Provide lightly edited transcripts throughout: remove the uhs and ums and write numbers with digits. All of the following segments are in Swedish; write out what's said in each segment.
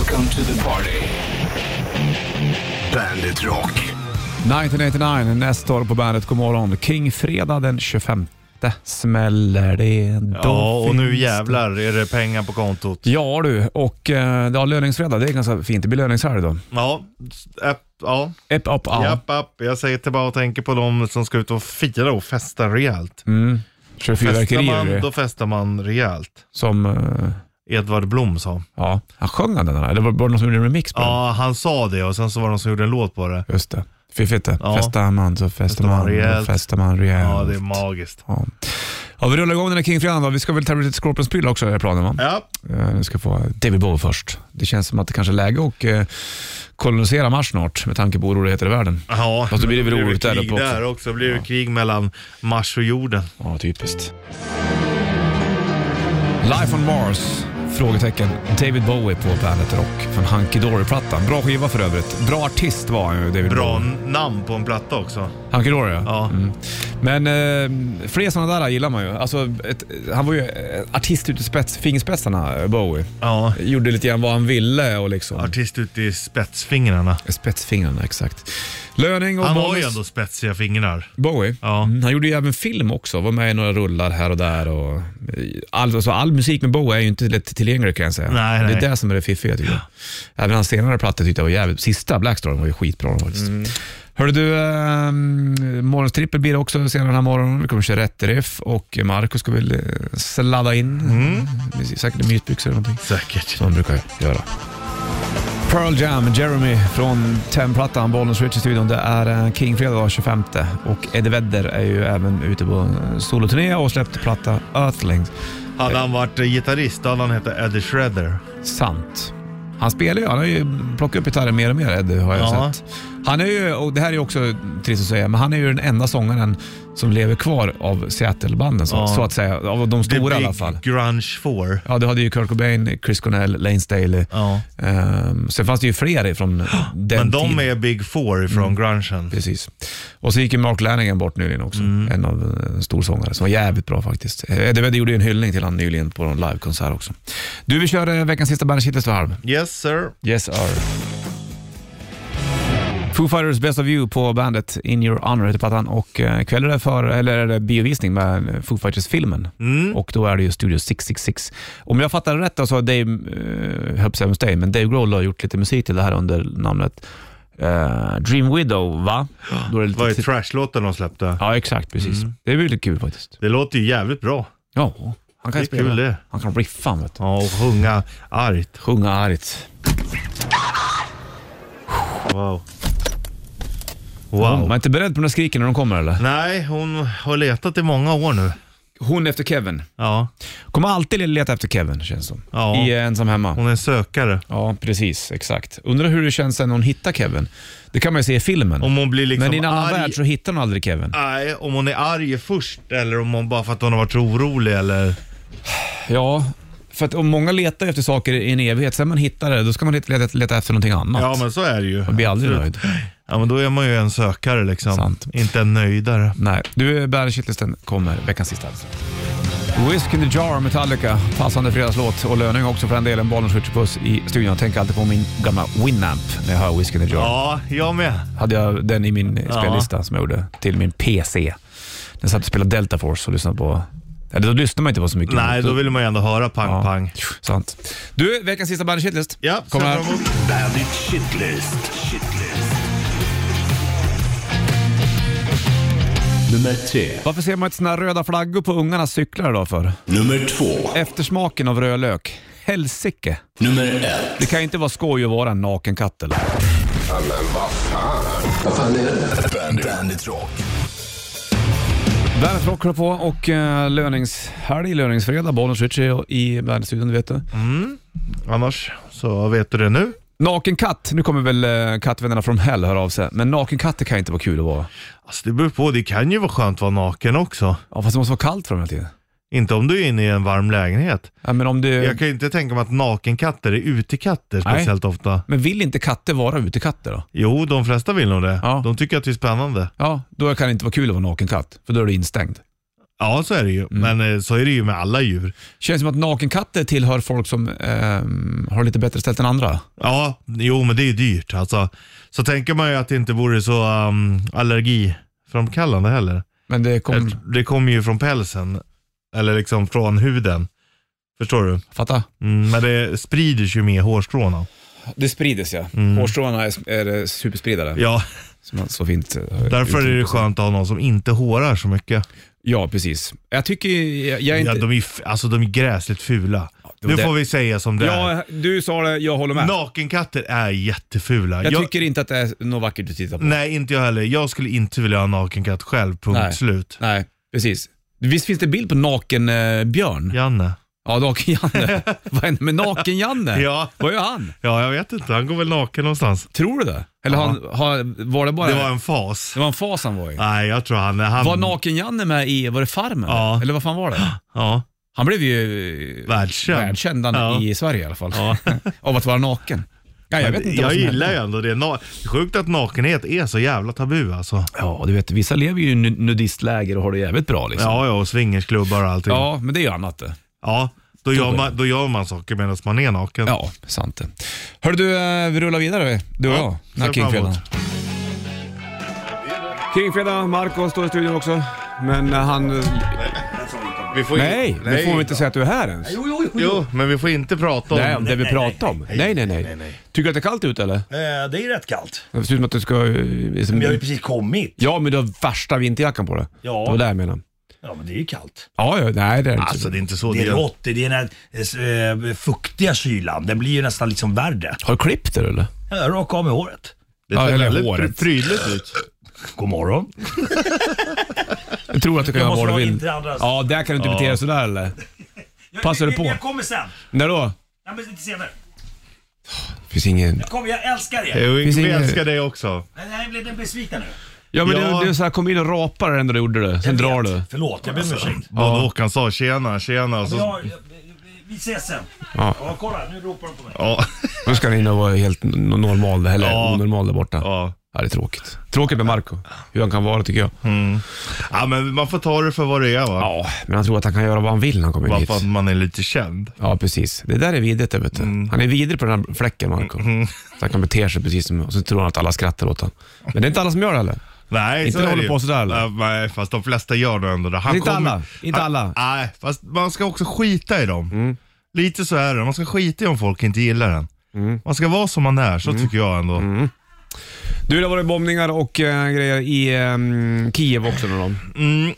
Welcome to the party. Bandit Rock. 1989, Nestor på bandet. God morgon. King fredag den 25. Smäller det då. Ja, och nu jävlar är det pengar på kontot. Ja du, och ja, löningsfredag, det är ganska fint. Det blir löningshelg då. Ja, ja. Japp. Jag säger till bara och tänker på de som ska ut och fira och festa rejält. Kör fyrverkerier. Då festar man rejält. Som Edvard Blom sa. ja, han sjöng den här. Det var bara någon som gjorde en remix på den. Ja, han sa det och sen så var det någon som gjorde en låt på det. Just det. Fiffigt det. Ja. Festar man så festar man rejält. festar man rejält. Ja, det är magiskt. Ja, vi rullar igång den här King-fredagen då. Vi ska väl ta lite Scorpions-pryl också i planen, va? Ja. Nu ska få David Bowie först. Det känns som att det kanske är läge och kolonisera Mars snart med tanke på oroligheter i världen. Ja, fast det blir väl oroligt där uppe där också. Blir det krig mellan Mars och jorden. Ja, typiskt. Life on Mars, frågetecken. David Bowie på bandet Rock från Hunky Dory-plattan. Bra skiva för övrigt. Bra artist var han ju, David Bra Bowie. namn på en platta också. Hunky Dory, Ja. Men fler sådana där gillar man ju. Alltså, han var ju artist ute i fingerspetsarna, Bowie. Ja. Gjorde lite grann vad han ville och liksom. Artist ute i spetsfingrarna. Spetsfingrarna, exakt. Löning och Han bonus. har ju ändå spetsiga fingrar. Bowie. Ja. Han gjorde ju även film också. Var med i några rullar här och där. Och all musik med Bowie är ju inte lätt tillgänglig, kan jag säga. Nej. Det är det som är det fiffiga, tycker jag. Även hans senare plattor tyckte jag var jävligt. Sista Blackstorm var ju skitbra faktiskt. Hörde du, morgonstrippel blir det också senare den här morgonen. Vi kommer köra rätt riff och Marcus ska väl sladda in. Säkert mysbyxor eller någonting. Säkert. Som han brukar göra. Pearl Jam, Jeremy från Tem-plattan, Bollnäs Rich i studion. Det är King-fredag 25. Och Eddie Vedder är ju även ute på soloturné och släppte platta Earthlings. Hade han varit gitarrist, hade han hetat Eddie Shredder. Sant. Han spelar ju, han har ju plockat upp gitarren mer och mer, Eddie, har jag sett. Han är ju, och det här är ju också trist att säga, men han är ju den enda sångaren som lever kvar av Seattle-banden, så att säga, av de stora i alla fall. Grunge 4. Ja, det hade ju Kurt Cobain, Chris Cornell, Lane Staley. Ja. Sen fanns det ju fler från den Men de tiden. är Big Four från grungen. Precis. Och så gick ju Mark Lanegan bort nyligen också. En av storsångare som var jävligt bra faktiskt. Det gjorde ju en hyllning till han nyligen på en livekonsert också. Du, vi kör veckans sista Bandit Shitlist halv. Yes sir. Yes sir. Foo Fighters Best of You på bandet In Your Honor heter plattan, och kväll är det biovisning med Foo Fighters-filmen. Och då är det ju Studio 666. Om jag fattar rätt så har Dave Grohl har gjort lite musik till det här under namnet Dream Widow, va? Då är det lite Vad är trash-låten de släppte? Ja, exakt, precis. Det är väldigt kul faktiskt. Det låter ju jävligt bra. Ja, han kan Det är spela. kul det. Han kan riffa, vet du. Ja, och sjunga argt. Sjunga argt. Wow. Man är inte beredd på några skriken när de kommer, eller? Nej, hon har letat i många år nu. Hon efter Kevin. Ja. Kommer alltid leta efter Kevin, känns som. Ja. I Ensam hemma. Hon är en sökare. Ja, precis, exakt. Undrar hur det känns när hon hittar Kevin. Det kan man ju se i filmen. Om hon blir liksom men i en annan arg... värld så hittar hon aldrig Kevin. Nej, om hon är arg först eller om hon bara för att hon har varit så orolig eller... Ja, för att om många letar efter saker i en evighet, sen man hittar det, då ska man leta efter någonting annat. Ja, men så är det ju. Man blir aldrig nöjd. Ja, men då är man ju en sökare liksom. Sant. Inte en nöjdare. Nej, du, Bandit Shitlisten kommer veckans sista alltså. Whiskey in the Jar, Metallica, passande fredagslåt, och löning också för den delen. Bollnäs Richard Puss i studion. Jag tänker alltid på min gamla Winamp när jag hör Whiskey in the Jar. Ja, jag med. Hade jag den i min spellista som jag gjorde till min PC. Den satt och spelade Delta Force och lyssnade på... Eller då lyssnar man inte på så mycket. Nej, då vill man ju ändå höra pang. Sant. Du, veckans sista Bandit Shitlist. Ja, kom här. Bandit Shitlist. Nummer 3. Varför ser man ett såna här röda flaggor på ungarnas cyklar då för? Nummer 2. Eftersmaken av rödlök. Helsike. Nummer 1. Det kan inte vara skoj att vara en naken katt, eller? Ja, men vad fan är det? Bandit Rock. Bandet Rock på och löningsfredag. Bollnäs Richie i Bandit-studion, vet du. Annars så vet du det nu. Naken katt, nu kommer väl kattvännerna från Hell höra av sig. Men naken katt kan inte vara kul att vara. Alltså det beror på, det kan ju vara skönt att vara naken också. Ja, fast det måste vara kallt för dem hela tiden. Inte om du är inne i en varm lägenhet. Ja, men om det... Jag kan ju inte tänka mig att nakenkatter är utekatter speciellt ofta. Men vill inte katter vara utekatter då? Jo, de flesta vill nog det. Ja. De tycker att det är spännande. Ja, då kan det inte vara kul att vara naken katt. För då är det instängd. Ja, så är det ju. Men så är det ju med alla djur. Känns som att nakenkatter tillhör folk som har lite bättre ställt än andra. Ja, jo men det är ju dyrt. Alltså, så tänker man ju att det inte vore så allergiframkallande heller. Men det kommer ju från pälsen. Eller liksom från huden. Förstår du? Fatta. Men det sprider sig ju med hårstråna. Det sprides, ja. Hårstråna är superspridare. Ja. Som man så fint därför är det skönt att ha någon som inte hårar så mycket. Ja, precis. Jag tycker jag inte... Ja, de är gräsligt fula. Nu får vi säga som det är. Ja, du sa det, jag håller med. Nakenkatter är jättefula. Jag tycker inte att det är något vackert att titta på. Nej, inte jag heller. Jag skulle inte vilja ha en nakenkatt själv, slut. Nej, precis. Visst finns det bild på naken björn? Janne. Ja, naken-Janne. Vad händer med naken-Janne? Ja. Vad gör han? Ja, jag vet inte. Han går väl naken någonstans. Tror du det? Eller var det bara... Det var en fas. Det var en fas han var i. Nej, jag tror han... Var naken-Janne med i... Var det Farmen? Ja. Eller vad fan var det? Ja. Han blev ju... Världskänd i Sverige i alla fall. Ja. Av att vara naken. Ja, jag vet inte jag vad som gillar händer. ju ändå det. Det är sjukt att nakenhet är så jävla tabu alltså. Ja, du vet, vissa lever ju i nudistläger och har det jävligt bra liksom. Ja, och swingersklubbar och allting. Ja, men det är ju annat det. Ja, då gör man saker medan man är naken. Ja, sant det. Hörru du, vi rullar vidare, du och jag. Den här Kingfredagen. Kingfredag, Marco står i studion också. Men han... Vi får Nej, vi får inte säga att du är här ens. Jo, men vi får inte prata om... Nej, om det vi pratar om. Nej. Tycker du att det är kallt ute eller? Det är rätt kallt. Det ser ut som att du ska... Men jag har ju precis kommit. Ja, men du har värsta vinterjackan på dig. Ja. Det var det jag menar. Ja, men det är ju kallt. Ja, nej det är inte. Alltså det är inte så. Det är rått, det är den här fuktiga kylan. Den blir ju nästan liksom värre. Har du klippt det eller? Jag rakar av med håret. Det ser eller väldigt håret. prydligt ut. God morgon. Jag tror att du kan göra vad du vill. Andras. Ja, där kan du inte bete dig sådär eller? Passar du på? Jag kommer sen. När då? Nej, men lite senare. Det finns ingen... Jag älskar er. Vi ingen- älskar dig också. Nej, jag blev besviken nu. Ja, men Ja. du så här, kom in och rapar det enda du gjorde det. Sen drar du. Förlåt, jag ber om ursäkt. Både Håkan sa tjena. Så... Vi ses sen. Ja. Kolla, nu ropar de på mig. Ja. Nu ska ni nog vara helt normal eller Ja. onormal där borta. Ja. Ja, det är tråkigt. Tråkigt med Marco. Hur han kan vara tycker jag. Ja, men man får ta det för vad det är, va? Ja, men han tror att han kan göra vad han vill när han kommer Bara hit. för att man är lite känd. Ja, precis. Det där är vidrigt, vet du. Han är vidrig på den här fläcken, Marco. Så han kan bete sig precis som... Och så tror han att alla skrattar åt honom. Men det är inte alla som gör det heller. Nej, Inte så är håller det på ju. sådär, eller? Nej, fast de flesta gör det ändå. Inte alla. Nej, fast man ska också skita i dem. Lite så är det. Man ska skita i om folk inte gillar den. Man ska vara som man är, så tycker jag ändå. Du, det har varit bombningar och grejer i Kiev också med dem.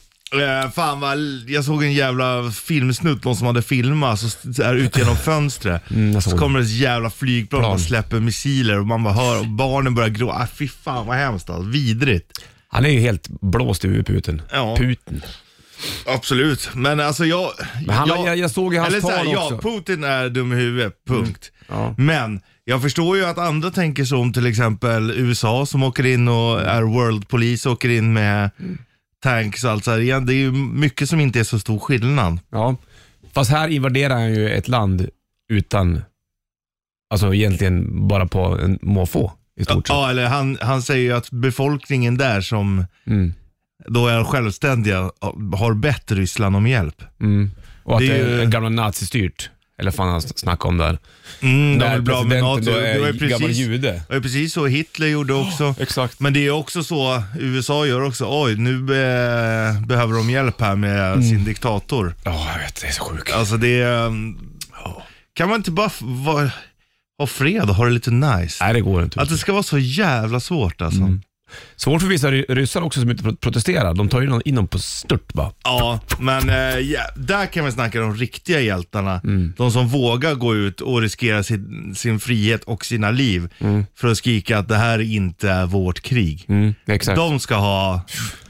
Fan vad, jag såg en jävla filmsnutt, någon som hade filmat så är ut genom fönstret. Så kommer det ett jävla flygplan och släpper missiler och man bara hör och barnen börjar grå. Fy fan vad hemskt alltså. Vidrigt. Han är ju helt blåst i Putin. Ja. Putin. Absolut, men alltså jag såg i hans eller så här, tal ja, också. Putin är dum i huvudet, punkt. Ja. Men jag förstår ju att andra tänker som till exempel USA som åker in och är world police, åker in med tanks och allt så här. Det är ju mycket som inte är så stor skillnad. Ja. Fast här invaderar han ju ett land utan, alltså egentligen bara på en måfå i stort sett. Ja, eller han säger ju att befolkningen där som då är självständiga har bett Ryssland om hjälp. Och att det det är är ju- en gamla nazistyrt. Eller fan han snackar om där. Det är väl bra med presidenten NATO. då Det var ju är gammal precis, jude. det var precis så Hitler gjorde också. Exakt. Men det är också så USA gör också. Oj, nu behöver de hjälp här med sin diktator. Ja, jag vet, det är så sjukt. Alltså det är... Kan man inte bara ha fred och ha det lite nice? Nej, det går inte. Att det ska vara så jävla svårt alltså. Svårt för vissa ryssar också som inte protesterar. De tar ju in dem på stört bara. Ja, men där kan vi snacka om de riktiga hjältarna. De som vågar gå ut och riskera sin frihet och sina liv för att skrika att det här inte är vårt krig. Exakt. De ska ha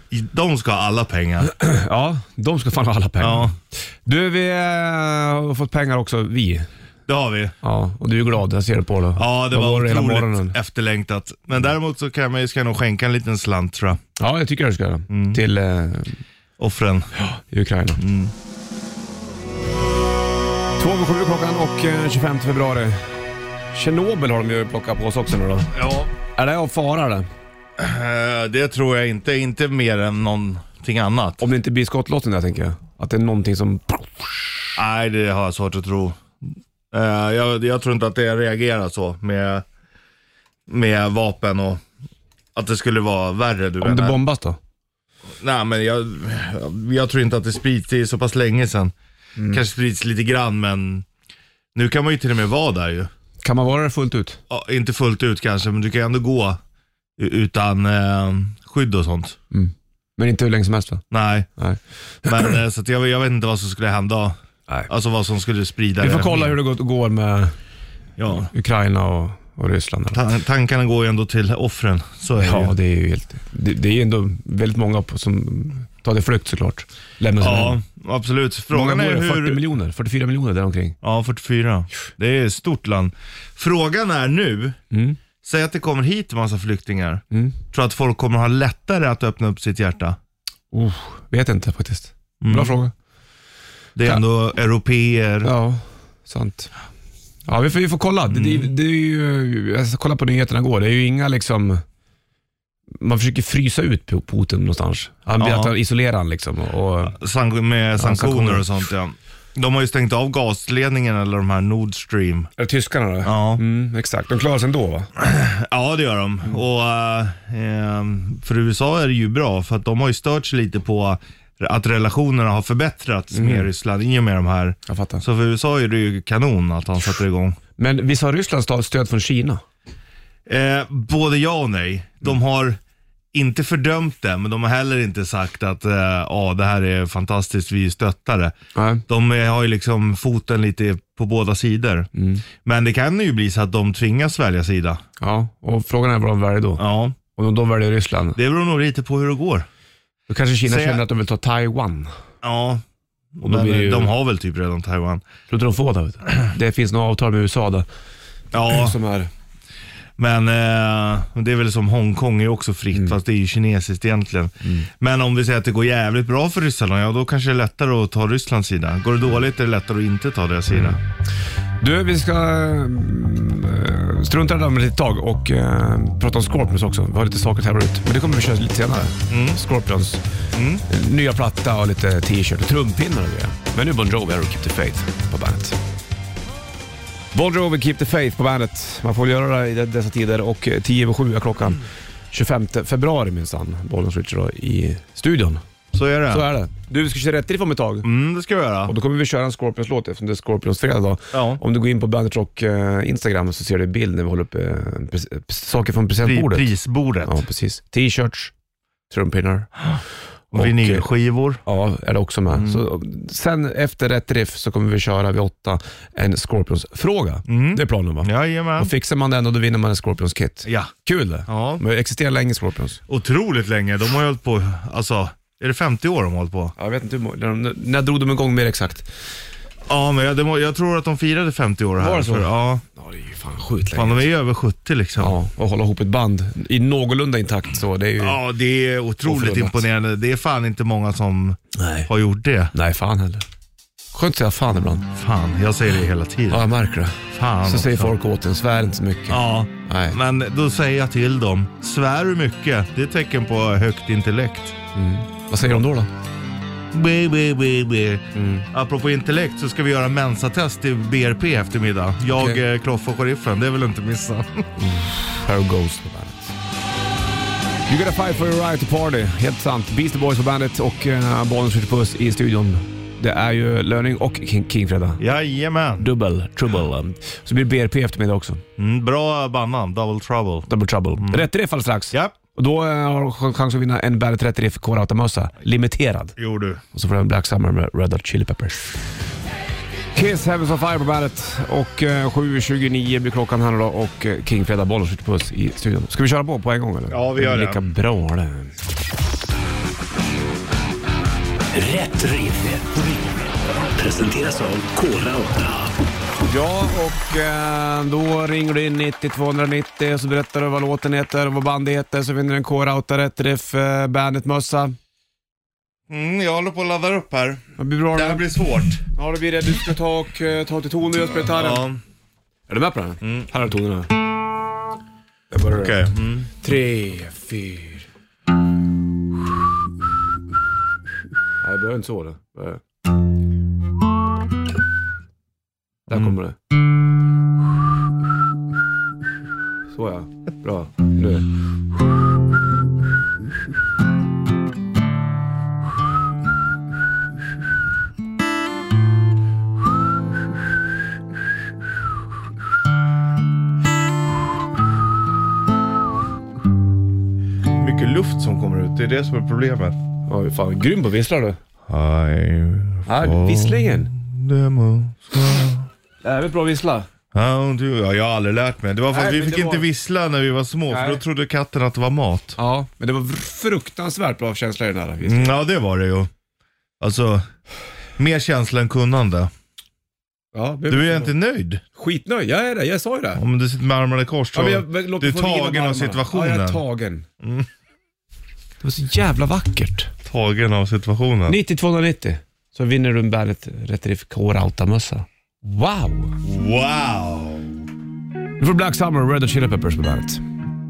alla pengar. Ja, de ska fan ha alla pengar. Ja, Du, vi har fått pengar också, vi. det har vi. Ja, och du är glad, jag ser det på dig. Ja, det Vad var hela otroligt morgonen? efterlängtat. Men däremot så ska jag nog skänka en liten slant tror jag. Ja, jag tycker jag ska göra. Till Offren. Ukraina. 2:07 klockan och 25 februari. Tjernobyl har de ju plockat på oss också nu då. Ja. Är det av fara det? Det tror jag inte mer än någon någonting annat. Om det inte blir skottlossning där, tänker jag. Att det är någonting som... Nej, det har jag svårt att tro. Jag tror inte att det reagerar så med vapen och att det skulle vara värre. Du om det bombas då? Nej, men jag tror inte att det sprids. Det är så pass länge sedan. Kanske sprids lite grann, men nu kan man ju till och med vara där ju. Kan man vara där fullt ut? Ja, inte fullt ut kanske, men du kan ändå gå utan skydd och sånt. Men inte hur länge som helst va? Nej. Men så att jag vet inte vad som skulle hända. Nej. Alltså vad som skulle sprida. Vi får kolla hur det går med Ukraina och Ryssland. Tankarna går ju ändå till offren. Så är det ju. Det är ju helt... Det är ju ändå väldigt många som tar det flykt såklart. Ja, absolut. Frågan är hur... 40 miljoner, 44 miljoner där omkring. Ja, 44. Det är ett stort land. Frågan är nu, säg att det kommer hit en massa flyktingar. Tror att folk kommer ha lättare att öppna upp sitt hjärta? Vet inte faktiskt. Bra fråga. Det är ändå europeer. Ja, sant. Ja, vi får kolla. Det är ju, jag ska kolla på nyheterna igår. Det är ju inga liksom... Man försöker frysa ut Putin någonstans. Han blir att isolera han liksom. Med sanktioner och sånt, ja. De har ju stängt av gasledningen eller de här Nord Stream. Är det tyskarna då? Ja. Exakt. De klarar sig ändå va? Ja, det gör de. Och för USA är det ju bra, för att de har ju stört sig lite på att relationerna har förbättrats med Ryssland i och med de här. Jag fattar. Så för USA är det ju kanon att han sätter igång. Men visst har Ryssland stöd från Kina? Både ja och nej. De har inte fördömt det, men de har heller inte sagt att det här är fantastiskt, vi stöttar det. Nej. De har ju liksom foten lite på båda sidor. Men det kan ju bli så att de tvingas välja sida. Ja, och frågan är vad de väljer då. Ja. Och om de väljer Ryssland. Det beror nog lite på hur det går. Då kanske Kina känner att de vill ta Taiwan. Ja, och då blir det ju... de har väl typ redan Taiwan. Tror du de får det? Det finns några avtal med USA där. Ja, som är... Men det är väl som Hongkong är också fritt, fast det är ju kinesiskt egentligen. Men om vi säger att det går jävligt bra för Ryssland, då kanske det är lättare att ta Rysslands sida. Går det dåligt är det lättare att inte ta deras sida. Du, vi ska strunta där om ett litet tag och prata om Scorpions också. Vi har lite saker att hävda ut, men det kommer vi köra lite senare. Scorpions nya platta och lite t-shirt och trumpinnar och grejer. Men nu Bon Jovi och Keep the Faith på bandet. Bon Jovi, Keep the Faith på bandet. Man får göra det i dessa tider och 10:07 är klockan. 25 februari minsann. Bollens Richard i studion. Så är det. Så är det. Du, vi ska köra rätt riff om ett tag. Det ska vi göra. Och då kommer vi köra en Scorpions-låt eftersom det är Scorpions-fredag då. Ja. Om du går in på Bandet Rock Instagram så ser du bild när vi håller upp saker från presentbordet. Prisbordet. Ja, precis. T-shirts, trumpinnar. Och vinylskivor. Ja, är det också med. Så, sen efter rätt riff så kommer vi köra vid 8 en Scorpions-fråga. Det är planen va? Jajamän. Och fixar man den och då vinner man en Scorpions-kit. Ja. Kul det. Ja. Men existerar länge Scorpions. Otroligt länge. De har ju hållit på, alltså, är det 50 år de har hållit på? Jag vet inte när drog de igång mer exakt? Ja, men jag tror att de firade 50 år här. Var det så? Ja, det är ju fan sjukt länge. Fan, de är ju över 70 liksom. Ja, och hålla ihop ett band i någorlunda intakt så det är ju... Ja, det är otroligt imponerande. Det är fan inte många som har gjort det. Nej, fan heller. Skönt att säga fan ibland. Fan, jag säger det hela tiden. Ja, jag märker det. Fan. Så säger folk åt en, svär inte så mycket. Ja, nej. Men då säger jag till dem, svär du mycket? Det är ett tecken på högt intellekt. Vad säger de då? Apropå intellekt så ska vi göra mensatest i BRP eftermiddag. Jag, Kloff och Sheriffen, det vill inte missa. Here goes på bandet. You gotta fight for your right to party. Helt sant. Beastie Boys på bandet och Bollens Richard Puss i studion. Det är ju löning och King-fredag. Jajamän. Trouble. Så blir det BRP eftermiddag också. Bra bannan, Double Trouble. Rätt riff alldeles strax. Ja. Och då har du chans att vinna en Bandet 30 riff K-Rauta-mössa. Limiterad. Jo du. Och så får du en Black Summer med Red Hot Chili Peppers. Kiss, Heavens on Fire på bandet. Och 7:29 blir klockan här då. Och King-fredag, Bollens Richard Puss i studion. Ska vi köra på en gång eller? Ja, vi gör det. Lika bra det. Rätt riff. Presenteras av K-Rauta. Ja, och då ringer du in 90-290 och så berättar du vad låten heter och vad bandet heter, så vinner du en K-Rauta Rätt riff Bandet-mössa. Jag håller på att ladda upp här. Det blir bra. Det här blir svårt. Ja, det blir det. Du ska ta till ton och jag spelar gitarren. Ja. Är du med på den? Här är tonerna. Okej. 3, 4. Jag är inte så det. Där kommer det. Så ja. Bra. Nu. Mycket luft som kommer ut, det är det som är problemet. Ja, fan, grym på visslar du. Ja, visslingen. Det är väl bra vissla. Ja, jag har aldrig lärt mig. Det var för att vi fick inte vissla när vi var små. För då trodde katten att det var mat. Ja, men det var fruktansvärt bra känsla i den här visslingen. Ja, det var det ju. Alltså, mer känsla än kunnande. Ja, du är inte nöjd? Skitnöjd, jag är det, jag sa ju det. Om du sitter med armarna i kors så du är tagen av situationen. Ja, jag är tagen. Det var så jävla vackert. Tagen av situationen. 90-290 så vinner du en Bandet Rätt Riff K-Rauta-mössa. Wow! Wow! Du får Black Summer och Red Hot Chili Peppers på bandet.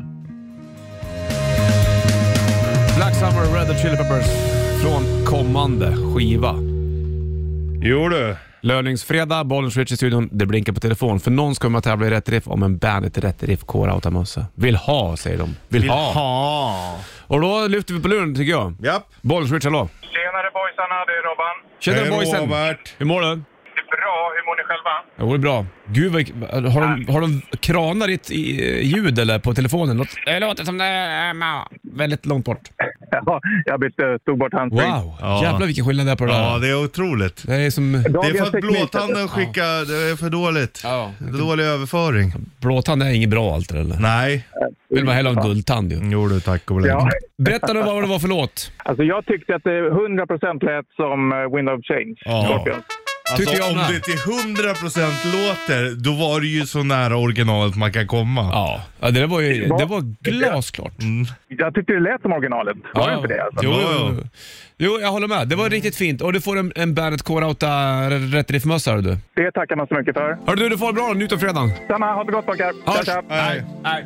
Black Summer och Red Hot Chili Peppers från kommande skiva. Jo du. Löningsfredag, Bollens Rich i studion. Det blinkar på telefon. För någon ska man tävla i Rätt Riff om en Bandet Rätt Riff K-Rauta-mössa. Vill ha, säger de. Vill ha. Och då lyfter vi på luren, tycker jag. Japp. Bollens Rich, hallå. Tjenare boysarna, det är Robban. Tjenare boysen. Robert. Hur mår du? Det är bra, hur mår ni själva? Jo, det är bra. Gud, har de kranar ditt ljud eller på telefonen? Det låter som det är väldigt långt bort. Ja, jag stod bort handsfree. Wow, jävlar vilken skillnad det är på det där. Ja, det är otroligt. Det är som... Det är för att blåtanden skickar, det är för dåligt. Ja. Det är dålig överföring. Blåtand är inget bra allt eller? Nej. Vill man hellre ha en guldtand ju. Jo du, tack och belägg. Ja. Berätta då vad det var för låt. Alltså jag tyckte att det 100% lät som Wind of Change. Ja. Scorpions. Alltså, Tycker jag om med. det till 100% låter, då var det ju så nära originalet man kan komma. Ja, det var glasklart. Jag tyckte det lät som originalet. Var det inte det? Alltså? Jo, jag håller med. Det var riktigt fint. Och du får en Bandet K-Rauta Rätt Riff-mössa, hör du. Det tackar man så mycket för. Hör du får det bra. Njut av fredagen. Samma, ha det gott pojkar. Hörs. Tja, tja. Nej.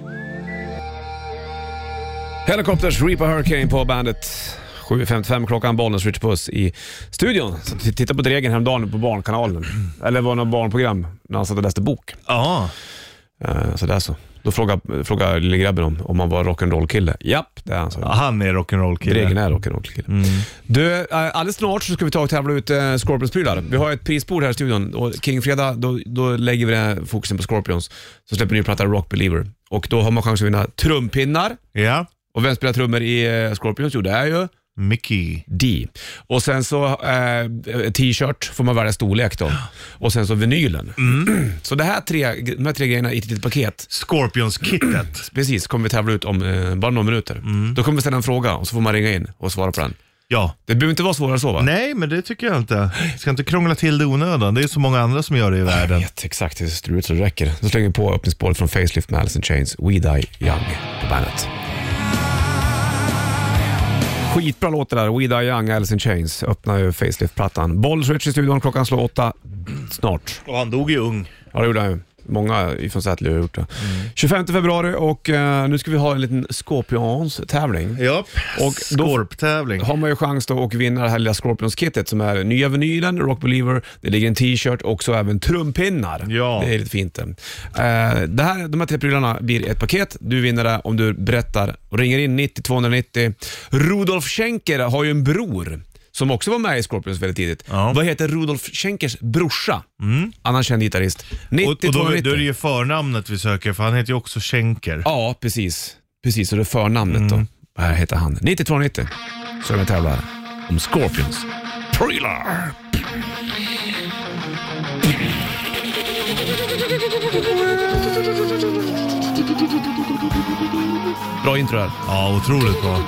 Helicopters Reaper Hurricane på bandet. 7.55 klockan, Bollnäs Rich Puss i studion. Så titta på Dregen häromdagen på Barnkanalen. Eller var det något barnprogram när han satt och läste bok. Ja. Så där så. Då frågar lille grabben om han var rock'n'roll-kille. Japp, det är han så. Ja, han är rock'n'roll-kille. Dregen är rock'n'roll-kille. Du, alldeles snart så ska vi ta och tävla ut Scorpions-prylar. Vi har ett prisbord här i studion och kring fredag då lägger vi den fokusen på Scorpions. Så släpper ni prata Rock Believer. Och då har man chans att vinna trumpinnar. Ja. Och vem spelar trummor i Scorpions? Jo, det är ju Mickey D. Och sen så t-shirt får man välja storlek då. Och sen så vinylen. Så de här tre grejerna i ett litet paket. Scorpions-kittet. Precis, kommer vi tävla ut om bara några minuter. Då kommer vi ställa en fråga och så får man ringa in och svara på den. Ja. Det behöver inte vara svårare så, va? Nej, men det tycker jag inte. Ska inte krångla till det onödan. Det är så många andra som gör det i världen. Jag vet exakt hur det ser ut så det räcker. Så slänger vi på öppningsspåret från Facelift med Alice in Chains, We Die Young på bandet. Skitbra låt det där, We Die Young, Alice in Chains. Öppnar ju Facelift-plattan. Bollnäs Rich i studion, klockan slår 8 snart. Och han dog ju ung. Ja, det gjorde han ju. Många från Sättle har gjort det. 25 februari och nu ska vi ha en liten Scorpions-tävling. Ja, och Scorp-tävling. Har man ju chans då att vinna det här lilla Scorpions-kittet som är nya vinylen, Rock Believer. Det ligger en t-shirt och så även trumpinnar. Ja. Det är lite fint. De här tre prylarna blir ett paket. Du vinner det om du berättar och ringer in 90-290. Rudolf Schenker har ju en bror som också var med i Scorpions väldigt tidigt. Ja. Vad heter Rudolf Schenkers brorsa? Annan känd gitarrist. 90, och då är det ju förnamnet vi söker, för han heter ju också Schenker. Ja, precis. Precis, och det är förnamnet då. Här heter han. 90-290. Så är vi tävlar om Scorpions. Thriller! Bra intro här. Ja, otroligt bra.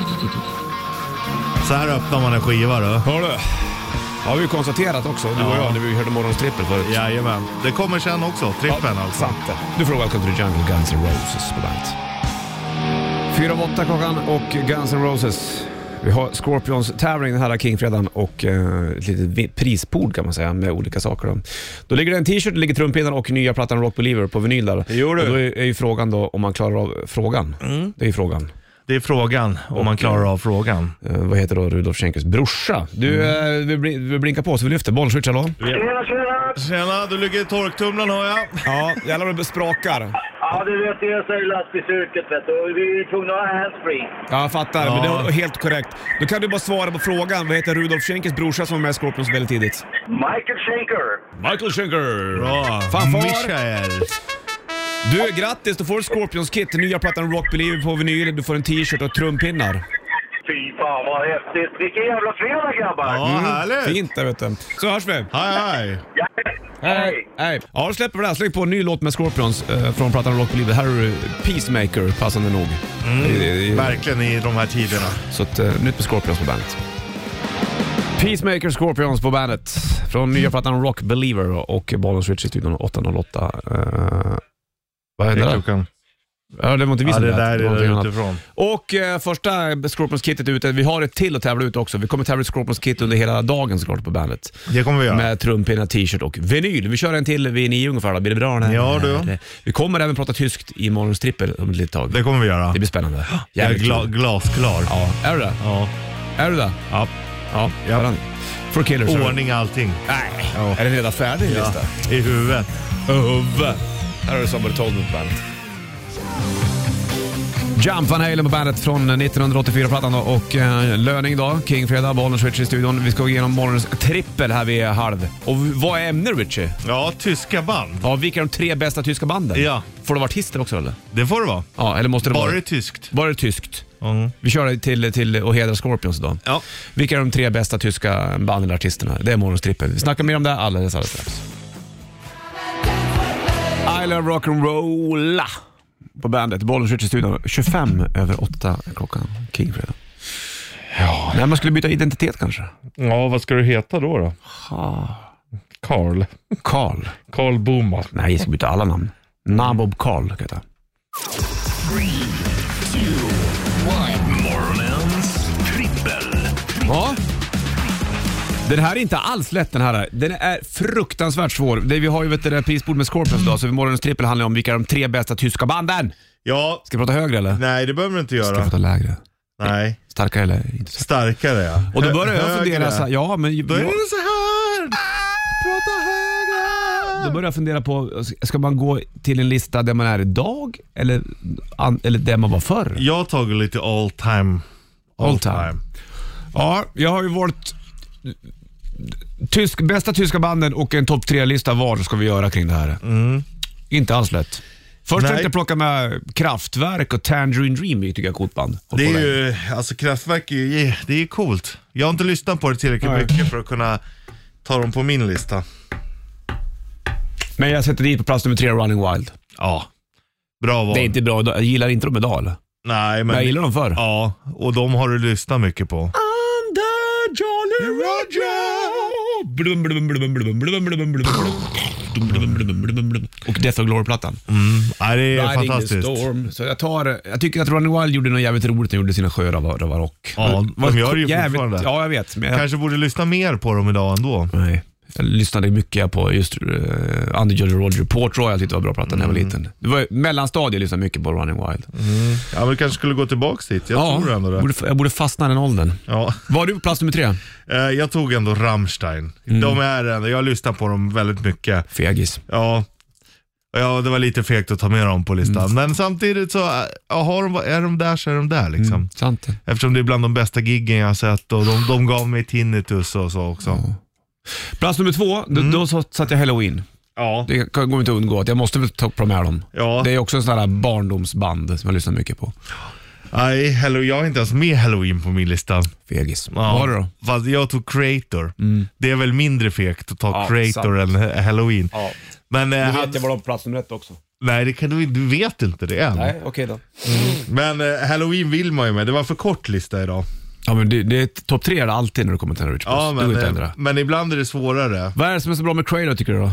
Så här öppnar man en skiva då. Hör du? Har vi konstaterat också, du och jag, när vi hörde morgons trippel förut. Jajamän. Det kommer sen också, trippen alltså. Sant det. Du får Welcome to the Jungle, Guns N' Roses på bandet. 4:08 klockan och Guns N' Roses. Vi har Scorpions tävling den här King-fredagen och ett litet prisbord kan man säga med olika saker. Då ligger det en t-shirt, det ligger trumpinnar och nya plattan Rock Believer på vinyl där. Det gjorde du. Och då är ju frågan då om man klarar av frågan. Det är ju frågan. Det är frågan, om man klarar av frågan. Vad heter då Rudolf Schenkers brorsa? Du, vi blinkar på så vi lyfter. Bollen switch, hallå? Tjena, du ligger i torktumlaren hör jag. Ja, jävlar det sprakar. Ja, du vet, jag säger lastbilsyrket, vet du. Vi är tvungna att ha handsfree. Ja, jag fattar, men det är helt korrekt. Då kan du bara svara på frågan. Vad heter Rudolf Schenkers brorsa som var med i Scorpions väldigt tidigt? Michael Schenker. Michael Schenker. Bra. Fanfar. Michael. Du, grattis, du får ett Scorpions-kit. Nya plattan Rock Believer på vinyl. Du får en t-shirt och trumpinnar. Fy fan vad häftigt. Vilken jävla fredag, grabbar. Ja, härligt. Fint där, vet du. Så hörs vi. Hej. Ja. Hej. Ja, då släpper vi det. Släng på en ny låt med Scorpions från plattan Rock Believer. Här är du Peacemaker, passande nog. Verkligen i de här tiderna. Så ett nytt med Scorpions på bandet. Peacemaker, Scorpions på bandet. Från nya plattan Rock Believer och Bollen Switch i studion 808. Vad är det klockan? Ja, det var inte vi som det där är utifrån. Och första Scorpions-kittet ute. Vi har ett till att tävla ut också. Vi kommer tävla ut Scorpions-kit under hela dagen såklart på bandet. Det kommer vi göra. Med trumpinna, t-shirt och vinyl. Vi kör en till vid 9 ungefär då. Blir det bra? Ja, du. Vi kommer även prata tyskt i morgons trippel om ett litet tag. Det kommer vi göra. Det blir spännande. Jag är glasklar. Ja, är du det? Ja. Är du det? Ja. Ja. For Killers. Ordning allting. Nej, Ja. är den redan färdig lista? I huvudet. Här har du Somebody Told Me på bandet. Jump Van Halen på bandet från 1984-plattan och löning då. King Fredag, Bollen Switch i studion. Vi ska gå igenom morgonens trippel här vid halv. Och vad är ämnet, Richie? Ja, tyska band. Ja, vilka är de 3 bästa tyska banden? Ja. Får det vara artister också eller? Det får det vara. Ja, eller måste det Bara vara... det tyskt. Bara det tyskt. Mm. Vi kör till och hedra Scorpions idag. Ja. Vilka är de 3 bästa tyska banden eller artisterna? Det är morgonens trippel. Vi snackar mer om det alldeles strax. I Love Rock'n'Roll på bandet. Bollen Switch i studion 25:08 klockan. King Fredag. Ja. Nej, man skulle byta identitet kanske. Ja, vad ska du heta då? Carl Boman. Nej, jag ska byta alla namn. Nabob Carl kan jag ta. 3, 2, 1. Morgonens trippel. Ja. Den här är inte alls lätt den här. Den är fruktansvärt svår. Vi har ju ett prisbord med Scorpions då, så morgonens trippel handlar om vilka är de 3 bästa tyska banden. Ja. Ska jag prata högre eller? Nej, det behöver du inte göra. Ska jag prata lägre? Nej. Starkare eller inte? Starkare, ja. Och då börjar jag fundera så här, ja men... Då är det så här. Prata högre. Då börjar jag fundera på, ska man gå till en lista där man är idag eller där man var förr? Jag har tagit lite all time. Ja, jag har ju varit bästa tyska banden och en topp 3-lista var ska vi göra kring det här. Inte alls lätt. Först tänkte jag plocka med Kraftwerk och Tangerine Dream, tycker jag är coolt band. Det är ju, alltså Kraftwerk är ju, det är coolt. Jag har inte lyssnat på det tillräckligt mycket för att kunna ta dem på min lista. Men jag sätter dit på plats nummer 3, Running Wild. Ja, bra val. Det är inte bra, jag gillar inte dem idag eller? Nej, men... Jag gillar dem förr. Ja, och de har du lyssnat mycket på. Under Jolly Roger. Och Death of Glory-plattan. Nej, det är Riding fantastiskt. The Storm. Så jag tycker att Running Wild gjorde något jävligt roligt när de gjorde sina sjöar av rock. Ja, de gör det ju fortfarande. Ja, jag vet. Men Kanske borde lyssna mer på dem idag ändå. Nej. Jag lyssnade mycket på just Under Jolly Roger. Port Royal tyckte jag var bra platta när jag var liten. Det var mellanstadiet jag lyssnade mycket på Running Wild. Ja, men kanske skulle gå tillbaka dit. Jag tror ändå det. Jag borde fastna den åldern. Ja. Var du på plats nummer 3? Jag tog ändå Rammstein. De är ändå, jag lyssnar på dem väldigt mycket. Fegis. Ja, det var lite fegt att ta med dem på listan. Men samtidigt så är de där så är de där liksom. Sant. Eftersom det är bland de bästa giggen jag har sett och de gav mig tinnitus och så också. Ja. Plats nummer 2, då satt jag Halloween. Ja. Det går inte att undgå att jag måste väl ta med dem. Ja. Det är också en sån här barndomsband som jag lyssnar mycket på. Nej, jag är inte ens med Halloween på min lista. Fegis. Ja. Vad var det då? Fast jag tog Creator. Det är väl mindre fegt att ta Creator sant. än Halloween. Ja. Men Du vet jag var på plats nummer 1 också. nej, det kan du vet inte det än. Nej, okej då. Men Halloween vill man ju med. Det var för kort lista idag. Ja, men det är topp 3 är det alltid när du kommer till en Rich Boss. Ja, det går inte att ändra. men ibland är det svårare. Vad är det som är så bra med Creator tycker du då?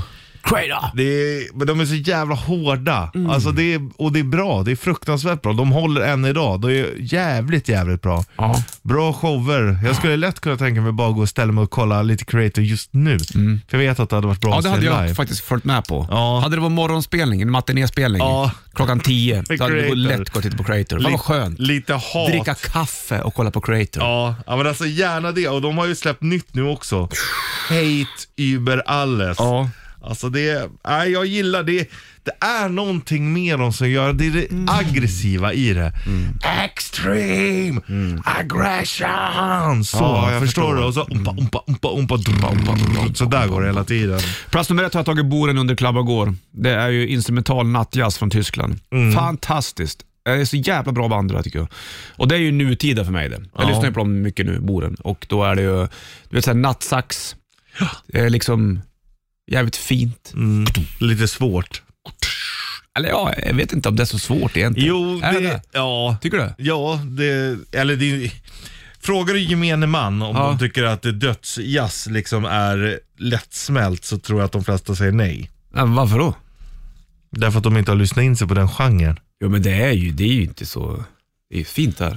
Crater! Men de är så jävla hårda. Alltså det är bra, det är fruktansvärt bra. De håller än idag, det är jävligt bra. Bra shower. Jag skulle lätt kunna tänka mig bara gå och ställa mig och kolla lite Creator just nu. För jag vet att det hade varit bra. Ja, det hade jag live. faktiskt följt med på. Ja. Hade det varit morgonspelning, en matinéspelning, klockan 10, så hade det gått lätt att gå och titta på Creator. Det var skönt. Lite hat. Dricka kaffe och kolla på Creator. Ja, men alltså gärna det. Och de har ju släppt nytt nu också. Hate über alles. Ja. Alltså jag gillar det. Det är någonting mer de som gör det aggressiva i det. Extreme aggression. Så, jag förstår det. Och så umpa. Så där går det hela tiden. Plats nummer 1 har jag tagit Boren under Klabba går. Det är ju instrumental nattjazz från Tyskland. Fantastiskt. Det är så jävla bra band där, tycker jag. Och det är ju nutida för mig det. Jag lyssnar ju på dem mycket nu, Boren. Och då är det ju, du vet, såhär nattsax. Det är liksom jävligt fint. Lite svårt. Eller ja, jag vet inte om det är så svårt egentligen. Jo, ja. Tycker du? Ja, frågar du gemene man om de tycker att dödsjazz liksom är lättsmält, så tror jag att de flesta säger nej. Ja, varför då? Därför att de inte har lyssnat in sig på den genren. Jo, men det är ju inte så. Det är fint där.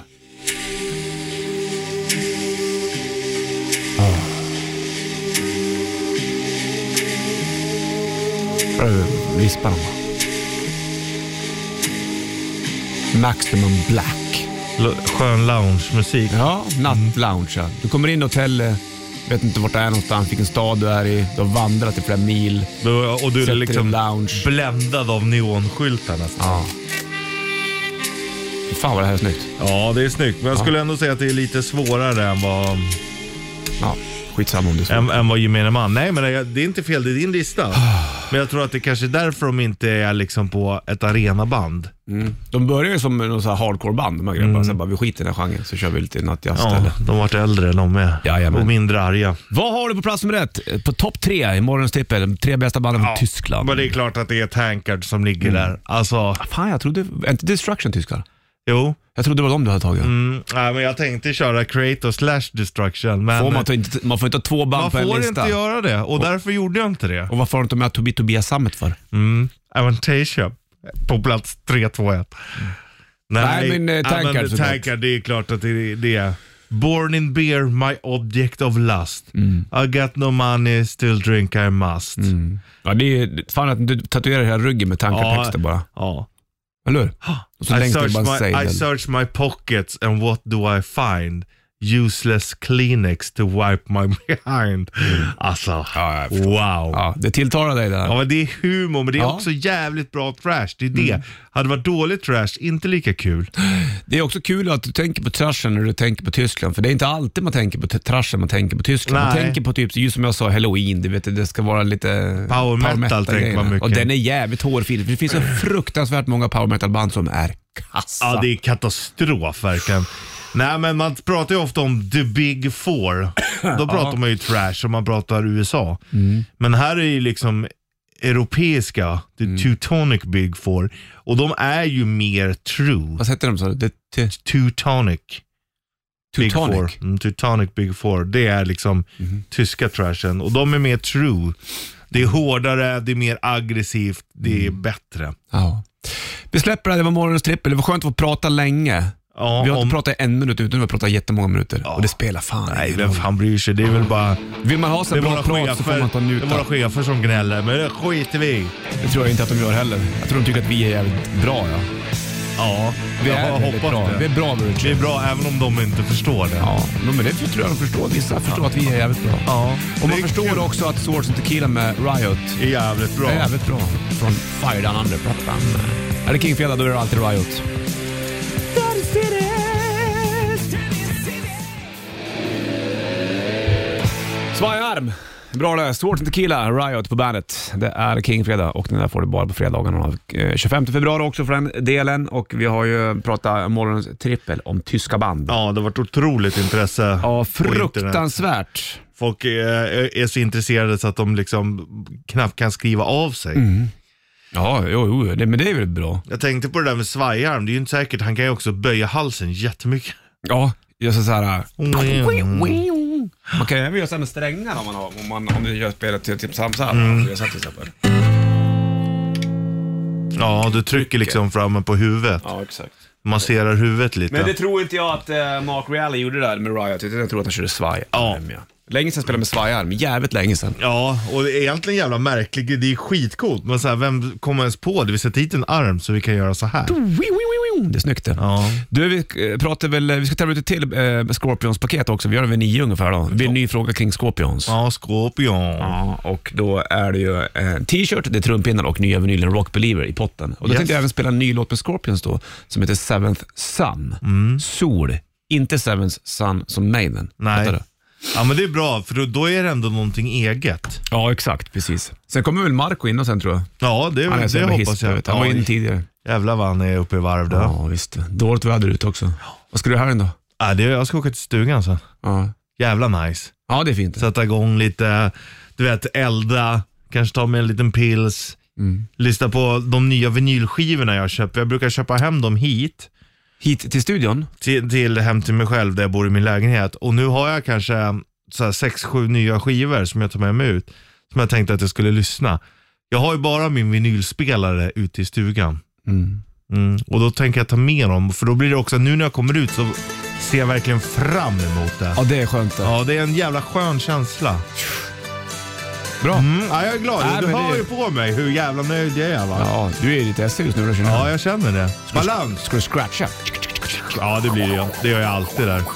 Vispa dem. Maximum Black. Skön lounge-musik. Ja, nattlounge. Ja. Du kommer in i hotell, vet inte vart det är någonstans, vilken stad du är i. Du har vandrat i flera mil. Och du är liksom lounge, bländad av neonskyltarna. Ja. Fan vad det här är snyggt. Ja, det är snyggt. Men jag skulle ändå säga att det är lite svårare än vad... Ja, skitsamma om det är än vad gemene man. Nej, men det är inte fel, det är din lista. Men jag tror att det kanske är därför de inte är liksom på ett arenaband. De börjar ju som någon sån här hardcore-band, de här grabbarna. Sen bara, vi skiter i den här genren, så kör vi lite nattjazz. Ja, de har varit äldre än de är. Jajamän. Och mindre arga. Vad har du på plats nummer 1? På topp 3 i morgons tippel, de 3 bästa banden från Tyskland. Men det är klart att det är Tankard som ligger där. Alltså... Fan, jag trodde... Är inte Destruction tyskar? Jo. Jag trodde det var de du hade tagit. Nej, men jag tänkte köra Creator / Destruction. Men man får inte ha 2 band på en lista. Man får inte göra det, och därför gjorde jag inte det. Och varför har du inte med Tobias Sammet för? Avantasia på plats 3, 2, 1. Nej, men Tankard, det är klart att det är Born in beer, my object of lust. I got no money, still drink I must. Ja, det är fan att du tatuerar hela ryggen med Tankard-texter bara. Ja. Eller hur? Och så I search my pockets and what do I find? Useless Kleenex to wipe my behind. Alltså, wow. Ja, det tilltalar dig där. Ja, men det är humor, men det är också jävligt bra trash. Det är det. Hade varit dåligt trash, inte lika kul. Det är också kul att du tänker på trashen när du tänker på Tyskland. För det är inte alltid man tänker på trashen, man tänker på Tyskland. Man tänker på typ, just som jag sa, Halloween. Du vet, det ska vara lite power metal tänker man mycket. Och den är jävligt hårfin. Det finns så fruktansvärt många power metal band som är kassa. Ja, det är katastrof verkligen. Nej, men man pratar ju ofta om the big four. Då pratar man ju trash om man pratar USA. Men här är ju liksom europeiska, the Teutonic big four. Och de är ju mer true. Vad heter de så? Teutonic. Teutonic? Teutonic big four. Det är liksom tyska trashen. Och de är mer true. Det är hårdare, det är mer aggressivt, det är bättre. Ja. Vi släpper det var morgonens trippel. Det var skönt att få prata länge. Ja, vi har inte pratat 1 minut utan vi har pratat jättemånga minuter. Ja. Och det spelar fan. Nej, vem fan bryr sig? Det är väl bara... Vill man ha så bra prat så får man ta njuta. Det är våra chefer som gnäller, men det skiter vi. Det tror jag inte att de gör heller. Jag tror de tycker att vi är jävligt bra, ja. Ja, vi är bra. Vi är bra, Richard. Vi är bra även om de inte förstår det. Ja, men det tror jag de förstår. Vissa förstår att vi är jävligt bra. Ja. Och man förstår också att Swords and Tequila med Riot är jävligt bra. Det är jävligt bra. Från Fire Down Under-plattan. Är det King Fredag, då är det alltid Riot. Svajarm. Bra det. Swords and Tequila, Riot på bandet. Det är King Fredag och den där får du bara på fredagarna. 25 februari också för den delen. Och vi har ju pratat morgonens trippel om tyska band. Ja, det har varit otroligt intresse. Ja, fruktansvärt. Folk är så intresserade så att de liksom knappt kan skriva av sig. Ja, jo, men det är väl bra. Jag tänkte på det där med svajarm. Det är ju inte säkert. Han kan ju också böja halsen jättemycket. Ja, jag så här. Man kan ju även göra så här med strängar om du gör spelet till typ samsa. Jag satt till exempel. Ja, du trycker liksom framme på huvudet. Ja, exakt. Masserar huvudet lite. Men det tror inte jag att Mark Reilly gjorde där med Riot. Jag tror att han körde svaj. Ja. Länge sedan spelade med svajarm, jävligt länge sedan. Ja, och det är egentligen jävla märkligt. Det är skitcoolt, men så här, vem kommer ens på det? Vi sätter hit en arm så vi kan göra så här. Det är snyggt det. Ja. Du, vi ska tävla ut till Scorpions-paket också. Vi gör det vid 9 ungefär då. Det blir en ny fråga kring Scorpions. Ja, Scorpion. Ja, och då är det ju en t-shirt, det är trumpinnar och nya vinylen Rock Believer i potten. Och då tänkte jag även spela en ny låt med Scorpions då, som heter Seventh Sun. Sol, inte Seventh Sun som Maiden. Nej. Ja, men det är bra, för då är det ändå någonting eget. Ja, exakt, precis. Sen kommer väl Marco in och sen tror jag. Ja, det hoppas jag. Han var in tidigare. Jävlar vad han är uppe i varv där. Ja, visst. Dåligt väder ute också. Vad ska du här då? Ja, jag ska åka till stugan så. Ja. Jävla nice. Ja, det är fint. Sätta igång lite, du vet, elda, kanske ta med en liten pils. Lyssna på de nya vinylskivorna jag köper. Jag brukar köpa hem dem hit till studion? Till hem till mig själv där jag bor i min lägenhet. Och nu har jag kanske 6-7 nya skivor som jag tar med mig ut. Som jag tänkte att jag skulle lyssna. Jag har ju bara min vinylspelare ute i stugan. Och då tänker jag ta med dem. För då blir det också, nu när jag kommer ut så ser jag verkligen fram emot det. Ja, det är skönt. Ja, det är en jävla skön känsla. Bra. Ja, jag är glad. Du hör ju på mig hur jävla nöjd jag är, va? Ja, du är lite SC just nu. Ja, jag känner det. Balans. Ska du scratcha? Ja, det blir det. Det gör jag alltid där.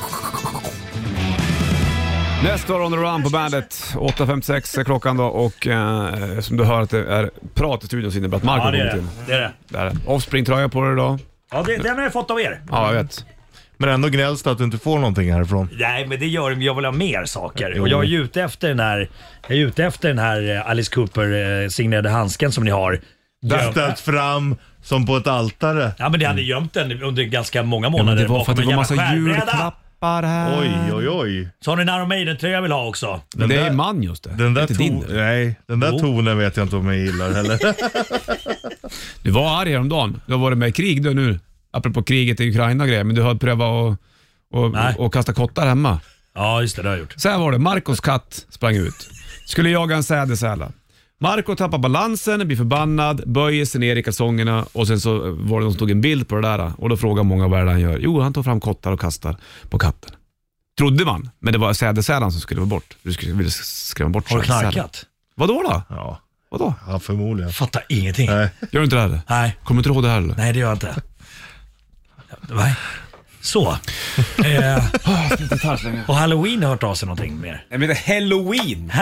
Nästa år on the run på bandet. 8.56 är klockan då. Och som du hör att det är prat i studion så innebär att Marco kommer till. Det är det. Där. Offspring-tröja på dig idag. Ja, den har jag fått av er. Ja, jag vet. Men ändå gnälls det att du inte får någonting härifrån. Nej, men det gör jag vill ha mer saker. Jo. Och jag är ute efter den här, Alice Cooper signerade handsken som ni har. Ställt fram som på ett altare. Ja, men det hade gömt den under ganska många månader. Men det var för att det var massa julklappar här. Oj. Så har ni en Iron Maiden-tröja jag vill ha också. Men det är man just det. Den där, den där Jo. tonen vet jag inte om jag gillar heller. Du var arg häromdagen. Du har varit med i krig då nu. Apropå kriget i Ukraina och grejer. Men du har prövat att kasta kottar hemma. Ja, just det har jag gjort. Så här var det. Marcos katt sprang ut. Skulle jaga en sädesärla. Marco tappar balansen, blir förbannad, böjer sig ner i kalsongerna och sen så var det någon som tog en bild på det där. Och då frågar många vad han gör. Jo, han tar fram kottar och kastar på katten. Trodde man, men det var sädesärlan som skulle vara bort. Du ville skrämma bort. Har du knarkat? Vadå då? Ja. Vadå? Ja, förmodligen. Fattar ingenting. Nej. Gör du inte det här? Nej. Kommer du inte ihåg det här eller? Nej, det gör jag inte. Nej. Så. Och Halloween har hört av sig någonting mer. Jag menar Halloween.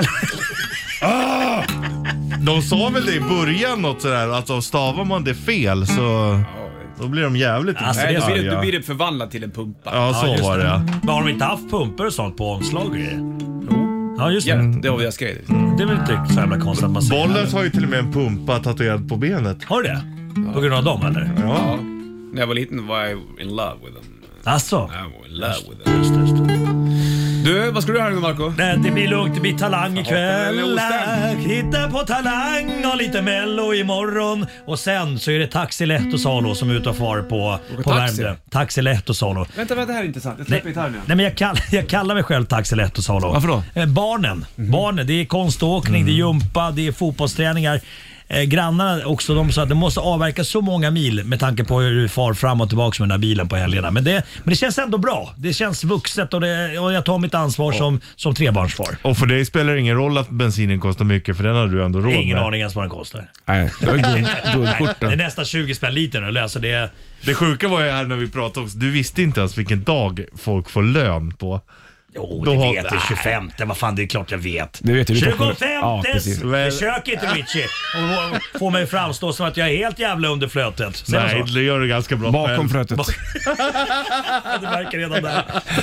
De sa väl det i början något sådär, alltså stavar man det fel så då blir de jävligt Alltså, Nej, det då blir det förvandlat till en pumpa. Ja, så just var det. Men har de inte haft pumpor och sånt på omslag och grejer? Ja, just det. Ja, det var jag skrev. Det är väl inte så jävla konstigt att man ser. Bollens har ju till och med en pumpa tatuerad på benet. Har du det? På grund av dem eller? Ja. När jag var liten var jag in love with them. Alltså? I was in love with them. Just. Du, vad ska du göra nu Marco? Nej, det blir lugnt, det blir Talang ikväll. Mello-stäm. Hitta på Talang och lite Mello imorgon. Och sen så är det Taxi Lehtosalo som är ute och far på taxi? Värmdö. Taxi Lehtosalo. Vänta, det här är intressant. Jag släpper gitarren igen. Nej, men jag kallar mig själv Taxi Lehtosalo. Varför då? Barnen. Barnen, det är konståkning, det är jumpa, det är fotbollsträningar. Grannarna också, de sa att det måste avverka så många mil med tanke på hur du far fram och tillbaka med den här bilen på helgerna. Men det känns ändå bra. Det känns vuxet och jag tar mitt ansvar som trebarnsfar. Och för dig spelar det ingen roll att bensinen kostar mycket, för den har du ändå råd med. Ingen aning ens vad den kostar. Nej, det var guldkort Det är nästan 20 spänn liter nu. Alltså Det sjuka var ju här när vi pratade också, du visste inte ens vilken dag folk får lön på. Jo, Då det har- vet jag. 25. Vad fan, det är klart jag vet. Det vet du. 25! Ja, precis. Försök inte Richie och få mig framstå som att jag är helt jävla under flötet. Säger man Nej, så? det gör du ganska bra Bakom själv. flötet. Det verkar redan där.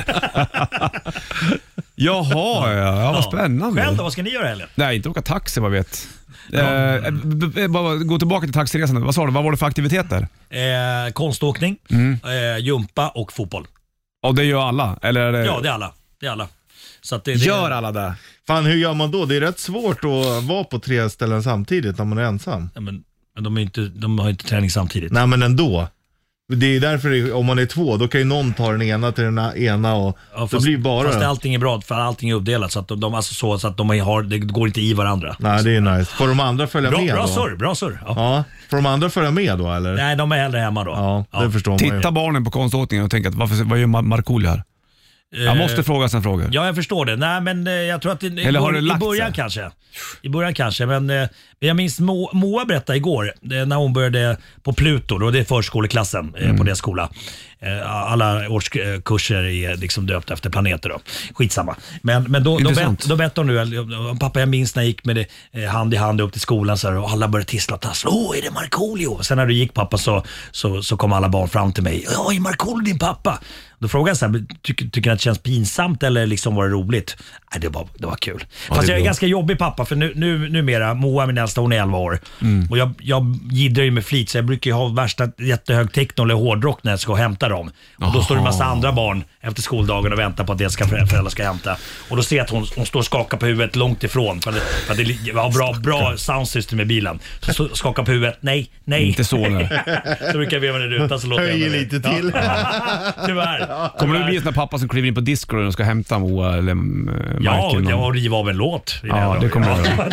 Jaha, ja, vad spännande. Själv då, vad ska ni göra helgen? Nej, inte åka taxi, vad vet. Bara gå tillbaka till taxiresan. Vad sa du? Vad var det för aktiviteter? Konståkning, jumpa och fotboll. Och det gör alla? Eller är det... Ja, det är alla. Det är alla. Så att det Gör alla det? Fan, hur gör man då? Det är rätt svårt att vara på 3 ställen samtidigt när man är ensam. Ja, men de har inte träning samtidigt. Nej, men ändå. Det är därför om man är 2, då kan ju någon ta den ena till den ena och det blir bara... Fast allting är bra, för allting är uppdelat så att det går inte i varandra. Nej, det är nice. Får de andra följa med då? Bra surr. Ja. Får de andra följa med då, eller? Nej, de är hellre hemma då. Ja, det förstår man ju. Titta barnen på konståkningen och tänka att vad gör Markoolio här? Jag måste fråga sen frågor. Ja, jag förstår det. Nej, men jag tror att i början kanske. Men jag minns Moa berättade igår när hon började på Pluto, då det är förskoleklassen på deras skola. Alla årskurser är liksom döpta efter planeter då. Skitsamma. Men då berättade hon nu, pappa, jag minns när jag gick med det hand i hand upp till skolan så här, och alla började tissla och tassla. Är det Markoolio? Sen när du gick pappa så kom alla barn fram till mig. Är Markoolio din pappa? Då frågade jag så här, tycker du att det känns pinsamt eller liksom var det roligt? Nej, det var kul. Fast jag är ganska jobbig pappa, för numera, Moa min äldsta, hon är 11 år. Och jag giddrar ju med flit, så jag brukar ju ha värsta jättehög techno eller hårdrock när jag ska hämta dem. Och då står det en massa andra barn efter skoldagen och väntar på att deras föräldrar ska hämta. Och då ser jag att hon står och skakar på huvudet långt ifrån, för att det var bra soundsystem i bilen. Så skakar på huvudet, nej. Inte så nu. Så brukar jag veva den rutan så låter jag höjer lite till. Tyvärr. Kommer det bli sån pappa som kliver in på disco och ska hämta Moa eller Marken? Ja, och riva av en låt. Ja, det kommer jag.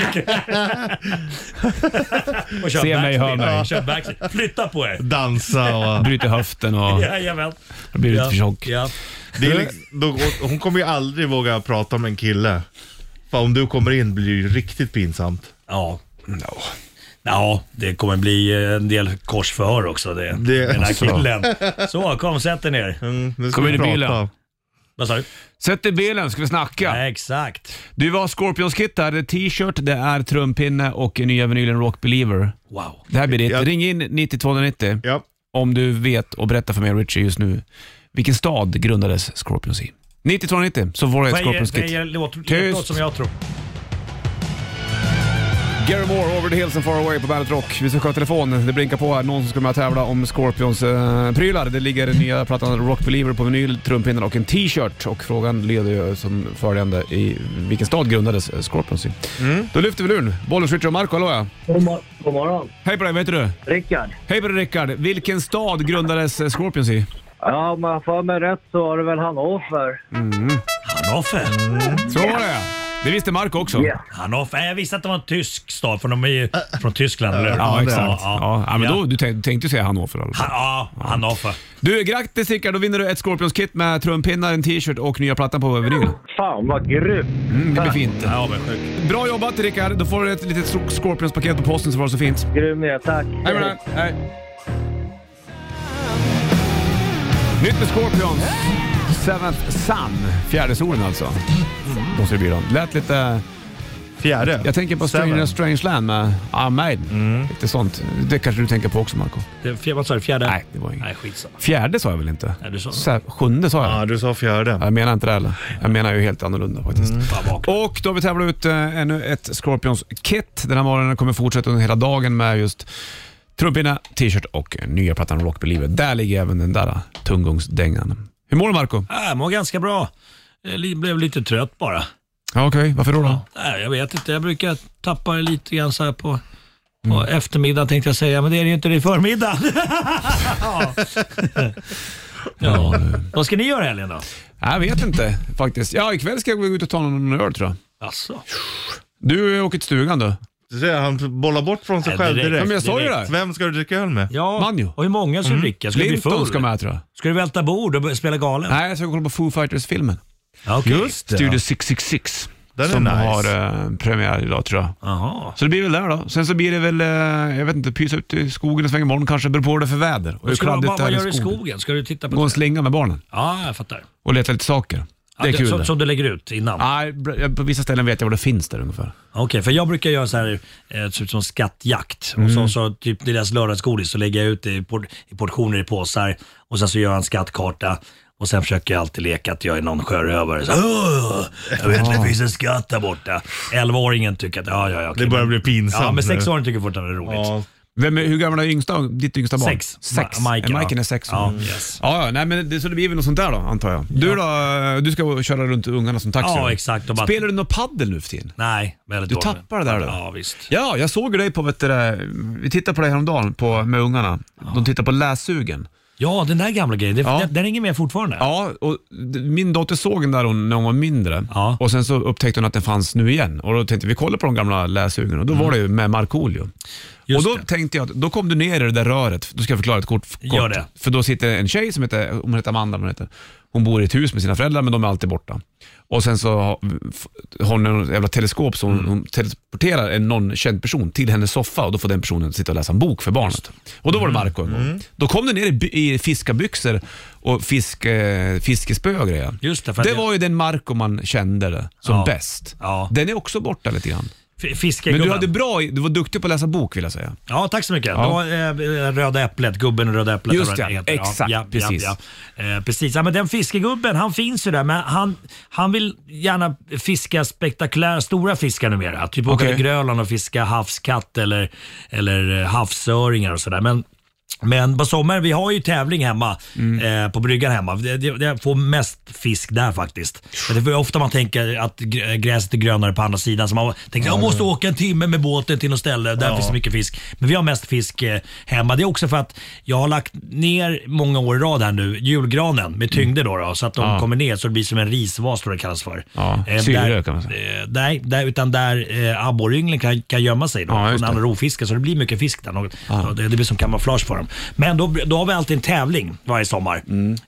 Se mig, hör mig. Flytta på er. Dansa och... Bryter höften och... Jajamän. Det blir lite för tjock. Ja. Hon kommer ju aldrig våga prata med en kille. För om du kommer in blir det ju riktigt pinsamt. Ja, det kommer bli en del korsförhör också den här killen. Så, kom, sätt dig ner. Kom in i bilen. Vad sa du? Sätt i bilen, ska vi snacka. Ja, exakt. Du var Scorpions kit här, det är t-shirt, det är trumpinne och nya vinylen Rock Believer. Wow. Det här blir ditt. Ring in 9290 om du vet och berätta för mig, Richie, just nu. Vilken stad grundades Scorpions i? 9290, så får du ett Scorpions kit. Tyst som jag tror. Gary Moore, Over the Hills and Far Away på Bandet Rock. Vi ska sköta telefon. Det blinkar på här. Någon som ska med att tävla om Scorpions prylar. Det ligger den nya plattan Rock Believer på vinyl, trumpinnar och en t-shirt. Och frågan leder ju som följande: i vilken stad grundades Scorpions i? Då lyfter vi luren. Bollens Richard och Marco, hallå ja. God morgon. Hej på dig, vad heter du? Rickard. Hej på dig, Rickard. Vilken stad grundades Scorpions i? Ja, om jag får med rätt så var det väl Hannover. Hannover? Så var det. Det visste Marco också. Yeah. Hannover. Jag visste att det var en tysk stad, för de är ju från Tyskland. Eller? Ja, exakt. Ja, men då, du tänkte säga Hannover. Ja, Hannover. Du, grattis Rickard. Då vinner du ett Scorpions-kit med trumpinnar, en t-shirt och nya plattan på vinyl. Fan, vad grymt. Det blir fint. Ja, men sjukt. Bra jobbat Rickard. Då får du ett litet Scorpions-paket på posten, så var det så fint. Grym, ja, tack. Hej med dig. Hej. Nytt med Scorpions. Seventh Sun. Fjärde solen alltså. Måste det bli då. Lät lite... Fjärde? Jag tänker på Strangeland med Maiden. Lite sånt. Det kanske du tänker på också, Marco. Vad sa du? Fjärde? Nej, det var inget. Nej, skitsamma. Fjärde sa jag väl inte? Nej, du sa sjunde sa jag. Ja, du sa fjärde. Jag menar inte det heller. Jag menar ju helt annorlunda faktiskt. Och då har vi tävlat ut ännu ett Scorpions-kit. Den här morgonen kommer fortsätta under hela dagen med just trumpinna, t-shirt och nya plattan Rock Believer. Där ligger även den där tunggångsdängan. Hur mår du, Marco? Jag mår ganska bra. Jag blev lite trött bara. Ja, okej. Varför då? Nej, jag vet inte. Jag brukar tappa lite grann så här på eftermiddagen, tänkte jag säga. Men det är ju inte det i förmiddag. Ja. Vad ska ni göra helgen då? Jag vet inte faktiskt. Ja, ikväll ska jag gå ut och ta någon öl, tror jag. Asså. Du åker till stugan då? Han bollar bort från sig själv direkt. Men jag sa ju det. Vem ska du dricka öl med? Ja, Manjo. Och hur många ska du dricka? Ska du bli Linton full? ska med, tror jag. Ska du välta bord och spela galen? Nej, jag ska kolla på Foo Fighters-filmen. Okay. Just det. Studio 666. Den som är nice. har premiär idag, tror jag. Aha. Så det blir väl där då. Sen så blir det väl, jag vet inte, pysa ut i skogen och svänga imorgon kanske. Beror på det för väder. Och vad gör du i skogen? Ska du titta på gå och slinga med barnen. Ja, jag fattar. Och leta lite saker. Det är kul. Som du lägger ut innan? Nej, på vissa ställen vet jag vad det finns där ungefär. Okej, för jag brukar göra så här typ som skattjakt. Och så typ deras lördagsgodis så lägger jag ut det i portioner i påsar. Och sen så gör jag en skattkarta. Och sen försöker jag alltid leka att jag är någon sjörövare. Så, jag vet att det finns en skatt där borta. 11-åringen tycker att okay, det börjar bli pinsamt. Ja, men 6-åringen tycker fortfarande det är roligt. Ja. Hur gammal är ditt yngsta barn? 6. 6. Majken är 6. Ja, yes. Ja, nej, men så det blir väl något sånt där då, antar jag. Du då, du ska köra runt ungarna som taxi. Ja, exakt. Spelar du någon paddel nu för tiden? Nej, väldigt dåligt. Du tappar det där då? Ja, visst. Ja, jag såg dig på, vi tittade på dig häromdagen med ungarna. De tittar på lässugen. Ja, den där gamla grejen. Den ringer med fortfarande. Ja, och min dotter såg den där när hon var mindre. Ja. Och sen så upptäckte hon att den fanns nu igen. Och då tänkte vi kolla på de gamla läsugen. Och då var det ju med Markoolio. Och då tänkte jag att då kom du ner i det där röret. Då ska jag förklara ett kort. Gör det. För då sitter en tjej som heter Amanda. Hon bor i ett hus med sina föräldrar, men de är alltid borta. Och sen så har hon en jävla teleskop så hon teleporterar någon känd person till hennes soffa och då får den personen sitta och läsa en bok för barnet. Och då var det Marco en gång. Då kom det ner i fiskabyxor och fiskespö och grejer. Just det var ju den Marco man kände som bäst. Ja. Den är också borta lite grann. Fiskegubben. Men du var duktig på att läsa bok, vill jag säga. Ja, tack så mycket. Ja. Det var Röda äpplet, gubben och Röda äpplet. Just det, exakt, precis. Precis, ja, men den fiskegubben, han finns ju där, men han vill gärna fiska spektakulära stora fiskar numera. Typ åka till Grönland och fiska havskatt eller havsöringar och sådär. Men på sommaren, vi har ju tävling hemma på bryggan hemma. Det får mest fisk där faktiskt. Det är ofta man tänker att gräset är grönare på andra sidan. Så man tänker jag måste åka en timme med båten till något ställe. Där finns mycket fisk. Men vi har mest fisk hemma. Det är också för att jag har lagt ner många år i rad här nu julgranen med tyngder då, så att de kommer ner så det blir som en risvas, tror det kallas för. Syre kan man säga. Nej, utan där abborrynglen kan gömma sig då. Från andra rovfiskar, så det blir mycket fisk där. Det blir som kamouflage för dem. Men då har vi alltid en tävling varje sommar.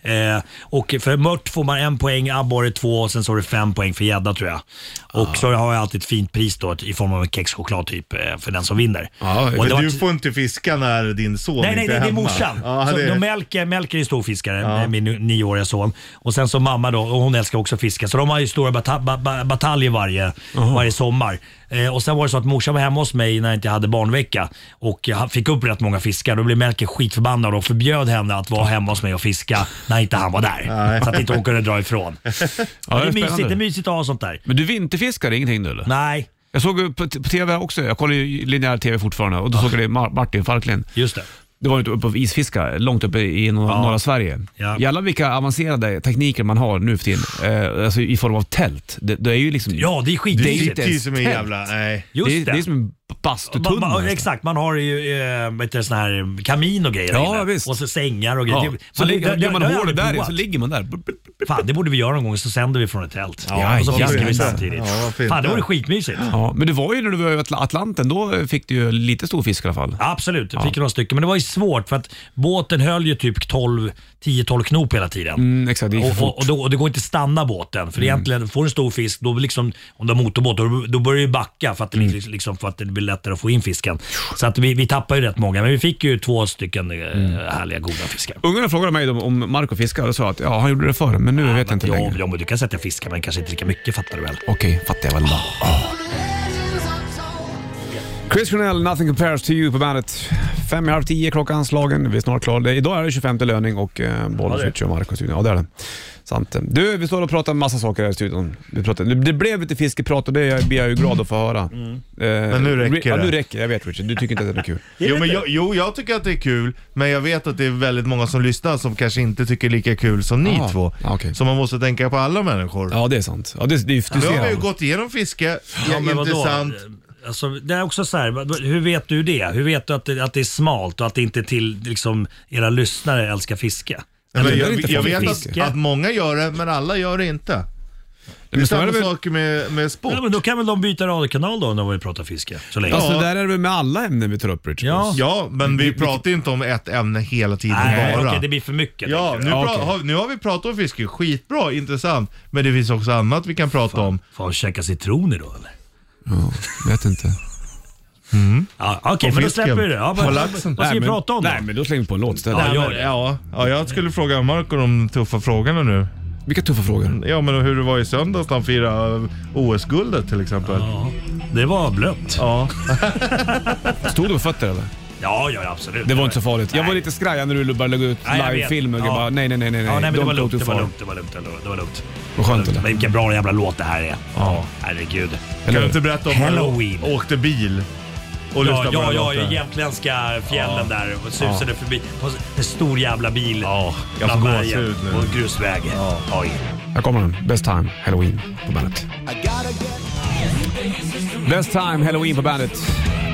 Och för mört får man 1 poäng, abborre 2 och sen så är det 5 poäng för gädda, tror jag. Och så har jag alltid ett fint pris då i form av en kexchoklad typ för den som vinner. Och du får inte fiska när din son nej, inte är hemma. Nej, det är morsan. Så de Melker är storfiskare, min 9-åriga son. Och sen så mamma då, och hon älskar också fiska. Så de har ju stora bataljer varje sommar. Och sen var det så att morsan var hemma hos mig när jag inte hade barnvecka och jag fick upp rätt många fiskar. Då blev Melker skitförbannad och förbjöd henne att vara hemma hos mig och fiska när inte han var där. Så att inte hon kunde dra ifrån. Det är mysigt att ha sånt där. Men du vinterfiskar ingenting nu eller? Nej. Jag såg på tv också, jag kollar ju linjär tv fortfarande och då såg jag det Martin Falklin. Just det. Det var uppe på isfiska, långt uppe i norra Sverige. Jävlar vilka avancerade tekniker man har nu för tiden. Alltså i form av tält. Det är ju liksom... Ja, det är skitmysigt. Det är som en jävla... Nej. Det är som en bastutunna. Exakt, man har ju sån här kamin och grejer. Ja, visst. Och så sängar och grejer. Så gör man hål där så ligger man där. Fan, det borde vi göra någon gång, så sänder vi från ett tält. Och så fiskar vi samtidigt. Fan, det vore skitmysigt. Ja, men det var ju när du var i Atlanten, då fick du ju lite stor fisk i alla fall. Absolut, jag fick några stycken. Men det var ju svårt för att båten höll ju typ 10-12 knop hela tiden. Exakt, det gick för fort. Och det går inte stanna båten. För egentligen får en stor fisk, då liksom, om det är motorbåt, då börjar det backa för att det blir lättare att få in fisken. Så att vi tappar ju rätt många, men vi fick ju 2 stycken härliga goda fiskar. Ungarna frågade mig om Marco fiskar och sa att han gjorde det förr, men nu vet jag inte längre. Ja, men du kan sätta fiskar, men kanske inte lika mycket, fattar du väl? Okej, fattar jag väl då. Chris Cornell, Nothing Compares to You på bandet. 9:30 klockan slagen, vi är snart klara. Idag är det 25:e löning och Bollswitch och Marco. Ja, det är det. Sant. Du, vi står och pratar om massa saker här i studion. Det blev lite fiskeprat och det blir jag ju glad att få höra. Men nu räcker det. Ja, nu räcker. Jag vet, Richard. Du tycker inte att det är kul. Jag tycker att det är kul, men jag vet att det är väldigt många som lyssnar som kanske inte tycker lika kul som ni två. Okay. Så man måste tänka på alla människor. Ja, det är sant. Ja, du har ju gått igenom fiske. Intressant. Alltså, det är också så här, hur vet du det? Hur vet du att det är smalt och att det inte till liksom, era lyssnare älskar fiske? Jag vet att många gör det, men alla gör det inte. Det är samma sak med sport. Ja, men då kan väl de byta radiokanal då när vi pratar fiske. Så länge. Alltså där är det väl med alla ämnen vi tar upp, Richard. Ja, men vi pratar inte om ett ämne hela tiden bara. Okej, det blir för mycket. Ja, nu har vi pratat om fiske. Skitbra, intressant. Men det finns också annat vi kan prata om. Får jag käka citroner då, eller? Ja, vet inte. Ja, okej, men då släpper vi det. Ja, vad ska vi prata om då? Nej, men då slänger vi på en låt istället. Jag skulle fråga Marco de tuffa frågorna nu. Vilka tuffa frågor? Ja, men hur det var i söndags när han firade OS-guldet till exempel. Ja, det var blött. Ja. Stod du på fötter eller? Ja, absolut. Det var inte så farligt. Jag var lite skraj när du började lägga ut live-film och bara nej. Ja, nej, men det var lugnt. Vad skönt eller? Vilken bra jävla låt det här är. Ja, herregud. Kan du inte berätta om Halloween? Åkte bil och i jämtländska fjällen där och susade förbi på en stor jävla bil. Ja, jag får gåshud nu. På en grusväg. Oj. Här kommer den. Best Time Halloween på bandet. Best Time Halloween på bandet.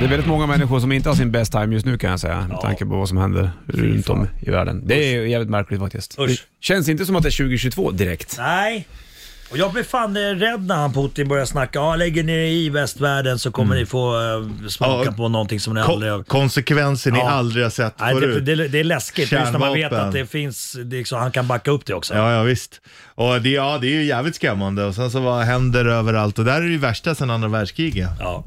Det är väldigt många människor som inte har sin best time just nu, kan jag säga, med tanke på vad som händer runt om i världen. Det är jävligt märkligt faktiskt. Det känns inte som att det är 2022 direkt. Nej. Och jag blev fan rädd när han Putin började snacka. Lägger ni i västvärlden så kommer ni få smaka på någonting som ni aldrig har... Konsekvenser ni aldrig har sett förut. Det är läskigt. Just när man vet att det finns, han kan backa upp det också. Ja, visst. Och det är ju jävligt skrämmande. Och sen så vad händer överallt. Och där är det ju värsta sedan andra världskriget.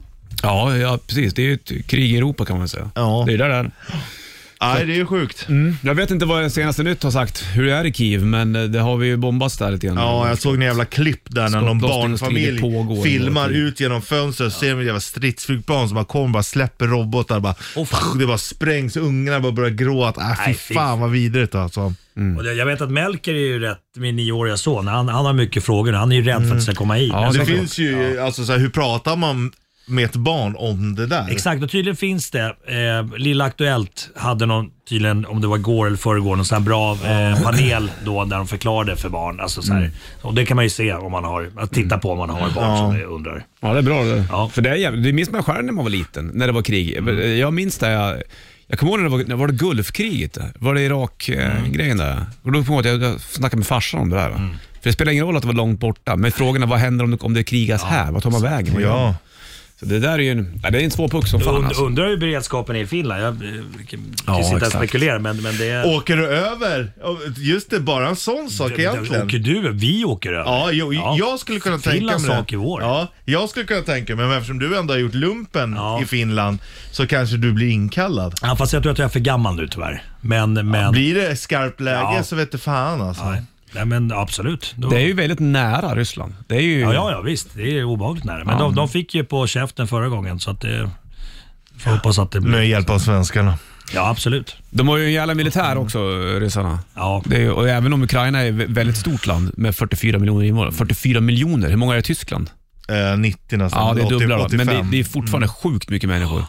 Ja, precis. Det är ju ett krig i Europa, kan man säga. Ja. Det är där. Nej, det är ju sjukt. Jag vet inte vad senaste nytt har sagt hur det är i Kiev, men det har vi ju bombats där lite grann. Ja, jag såg en jävla klipp där när någon barnfamilj filmar ut genom fönstret och ser en jävla stridsflygplan som bara kommer, bara släpper robotar, bara, det bara sprängs, ungarna bara börjar gråta. Fy fan vad vidrigt alltså. Och jag vet att Melker är ju rätt, min 9-åriga son, han har mycket frågor, han är ju rädd för att det ska komma hit. Ja, det finns ju, alltså så här, hur pratar man med ett barn om det där? Exakt, och tydligen finns det. Lilla Aktuellt hade någon, tydligen, om det var igår eller förrgår, någon sån här bra panel då där de förklarade för barn. Alltså, så här. Och det kan man ju se om man har, att titta på om man har barn som undrar. Ja, det är bra det. Ja. För det minns man själv när man var liten, när det var krig. Jag minns det, jag kommer ihåg när var det Gulfkriget, var det Irak-grejen där? Och då kommer jag ihåg att jag snackade med farsan om det där. För det spelar ingen roll att det var långt borta, men frågorna, vad händer om det krigas här? Vad tar man vägen? Ja. Så det där är ju det är en svår puck som fan. Alltså. Undrar ju beredskapen i Finland. Jag kan inte spekulera, men det är... Åker du över? Just det, bara en sån sak egentligen. Åker du? Vi åker över. Ja, jag skulle kunna tänka mig Finlands sak i vår. Ja, jag skulle kunna tänka mig, men eftersom du ändå har gjort lumpen i Finland så kanske du blir inkallad. Ja, fast jag tror att jag är för gammal nu tyvärr. Men... blir det skarpt läge så vet du fan alltså. Nej, men absolut. Det är ju väldigt nära Ryssland. Det är ju... Ja, visst. Det är obehagligt nära. Men de fick ju på käften förra gången, så att det... Får hoppas att det blir... Med hjälp av svenskarna. Ja, absolut. De har ju en jävla militär också, ryssarna. Ja. Och även om Ukraina är ett väldigt stort land med 44 miljoner invånare. 44 miljoner, hur många är det i Tyskland? 90 nästan. Ja, det är dubbla, men det är fortfarande sjukt mycket människor.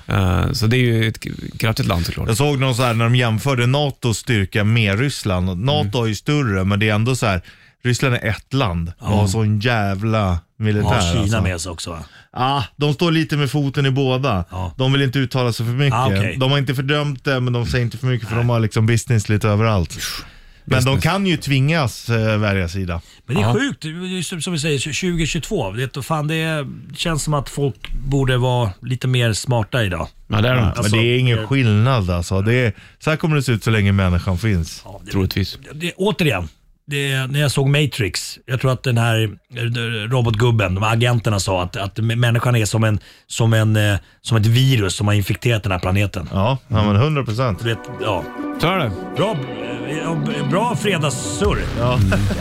Så det är ju ett kraftigt land såklart. Jag såg någon så här när de jämförde NATOs styrka med Ryssland. NATO är ju större, men det är ändå så här, Ryssland är ett land och har så en jävla militär. Ja, Kina alltså. med sig också, va? De står lite med foten i båda. De vill inte uttala sig för mycket. Okay. De har inte fördömt det, men de säger inte för mycket, för de har liksom business lite överallt. Men de kan ju tvingas välja sida. Men det är sjukt, som vi säger, 2022. Det känns som att folk borde vara lite mer smarta idag. Ja, det är de. Alltså, men det är ingen skillnad alltså. Så här kommer det se ut så länge människan finns. Troligtvis. Återigen, när jag såg Matrix, jag tror att den här robotgubben, de agenterna sa att människan är som ett virus som har infekterat den här planeten. Ja, men 100%. Ja. Så är det. Bra fredagssurr. Ja.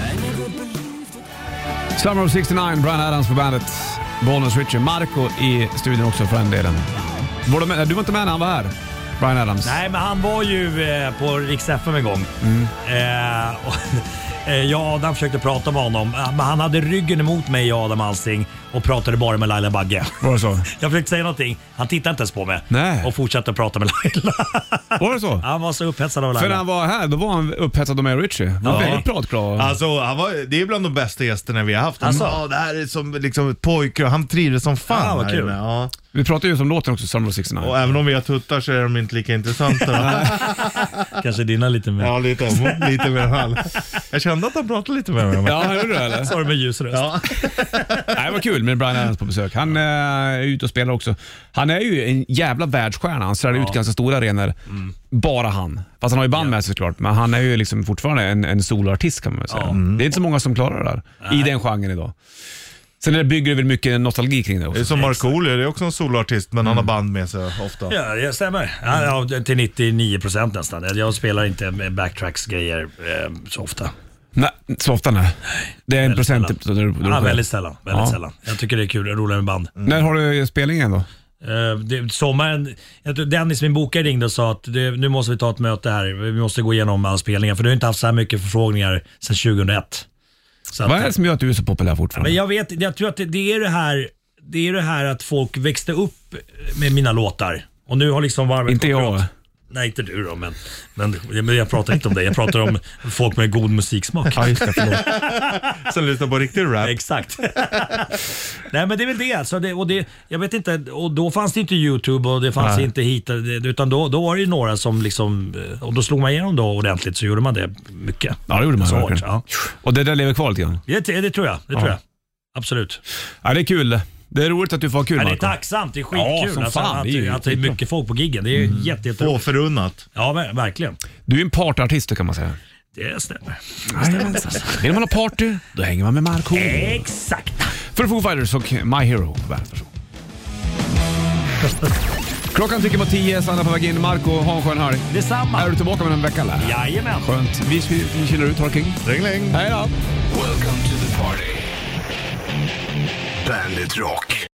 Summer of 69, Bryan Adams på bandet. Bollnäs Richard, Marco i studion också för den delen. Du var inte med när han var här, Bryan Adams? Nej, men han var ju på Rix FM en gång. Jag och Adam försökte prata med honom, men han hade ryggen emot mig, Adam Alsing, och pratade bara med Laila Bagge. Var det så? Jag försökte säga någonting, han tittade inte ens på mig. Nej. Och fortsatte prata med Laila. Var det så? Han var så upphetsad av Laila. För när han var här, då var han upphetsad med Richie. Han var väldigt pratglad. Alltså, det är bland de bästa gästerna vi har haft. Alltså. Det här är som liksom ett pojke, och han trivdes som fan. Vad kul. Ja. Vi pratar ju om låten också, Summer of 69. Och även om vi har tuttar så är de inte lika intressanta. Kanske dina lite mer. Ja, lite mer halv. Jag kände att han pratade lite med mig. Ja, hörde du eller? Sa du med ljus röst. Ja. Nej, vad kul med Bryan Adams på besök. Han är ute och spelar också. Han är ju en jävla världsstjärna. Han säljer ut ganska stora arenor. Bara han. Fast han har ju band med sig såklart. Men han är ju liksom fortfarande en soloartist, kan man säga. Det är inte så många som klarar det där. I den genren idag. Sen bygger det väl mycket nostalgi kring det också. Det är som Markoolio, det är också en soloartist, men han har band med sig ofta. Ja, det stämmer. Ja, till 99% nästan. Jag spelar inte med backtracks-grejer så ofta. Nej, så ofta nej. Det är 1%. Ja, väldigt sällan. Sällan. Jag tycker det är kul, roligare med band. När har du spelningen då? Sommaren, jag tror Dennis, min bokare, ringde och sa att nu måste vi ta ett möte här. Vi måste gå igenom alla spelningar, för du har inte haft så här mycket förfrågningar sedan 2001. Vad är det som gör att du är så populär fortfarande? Men jag tror att det är det här att folk växte upp med mina låtar. Och nu har liksom varvet... Inte jag. Nej, inte du då, men jag pratar inte om det. Jag pratar om folk med god musiksmak. Ja, just det, förlåt. Som lyssnar på riktig rap. Exakt. Nej, men det är väl det alltså. Jag vet inte, och då fanns det inte YouTube och det fanns inte hit, utan då var det ju några som liksom, och då slog man igenom då ordentligt, så gjorde man det mycket. Ja, det gjorde man verkligen. Ja. Och det där lever kvar lite grann. Det tror jag. Absolut. Ja, det är kul. Det är roligt att du får kul, Marco. Marco. Det är tacksamt, det är skitkul. Ja, som fan, att det är mycket folk på giggen. Det är jätteroligt. Förunnat. Ja, verkligen. Du är en partyartist, kan man säga. Det stämmer. Vill man ha party, då hänger man med Marco. Exakt. För Foo Fighters och My Hero. Klockan tickar mot 10, Sanna på väg in. Marco, ha en skön helg. Detsamma. Är du tillbaka med en vecka eller? Jajamän. Skönt. Vi chillar ut, Torking. Ring. Hej då. Welcome to the party. Bandit Rock.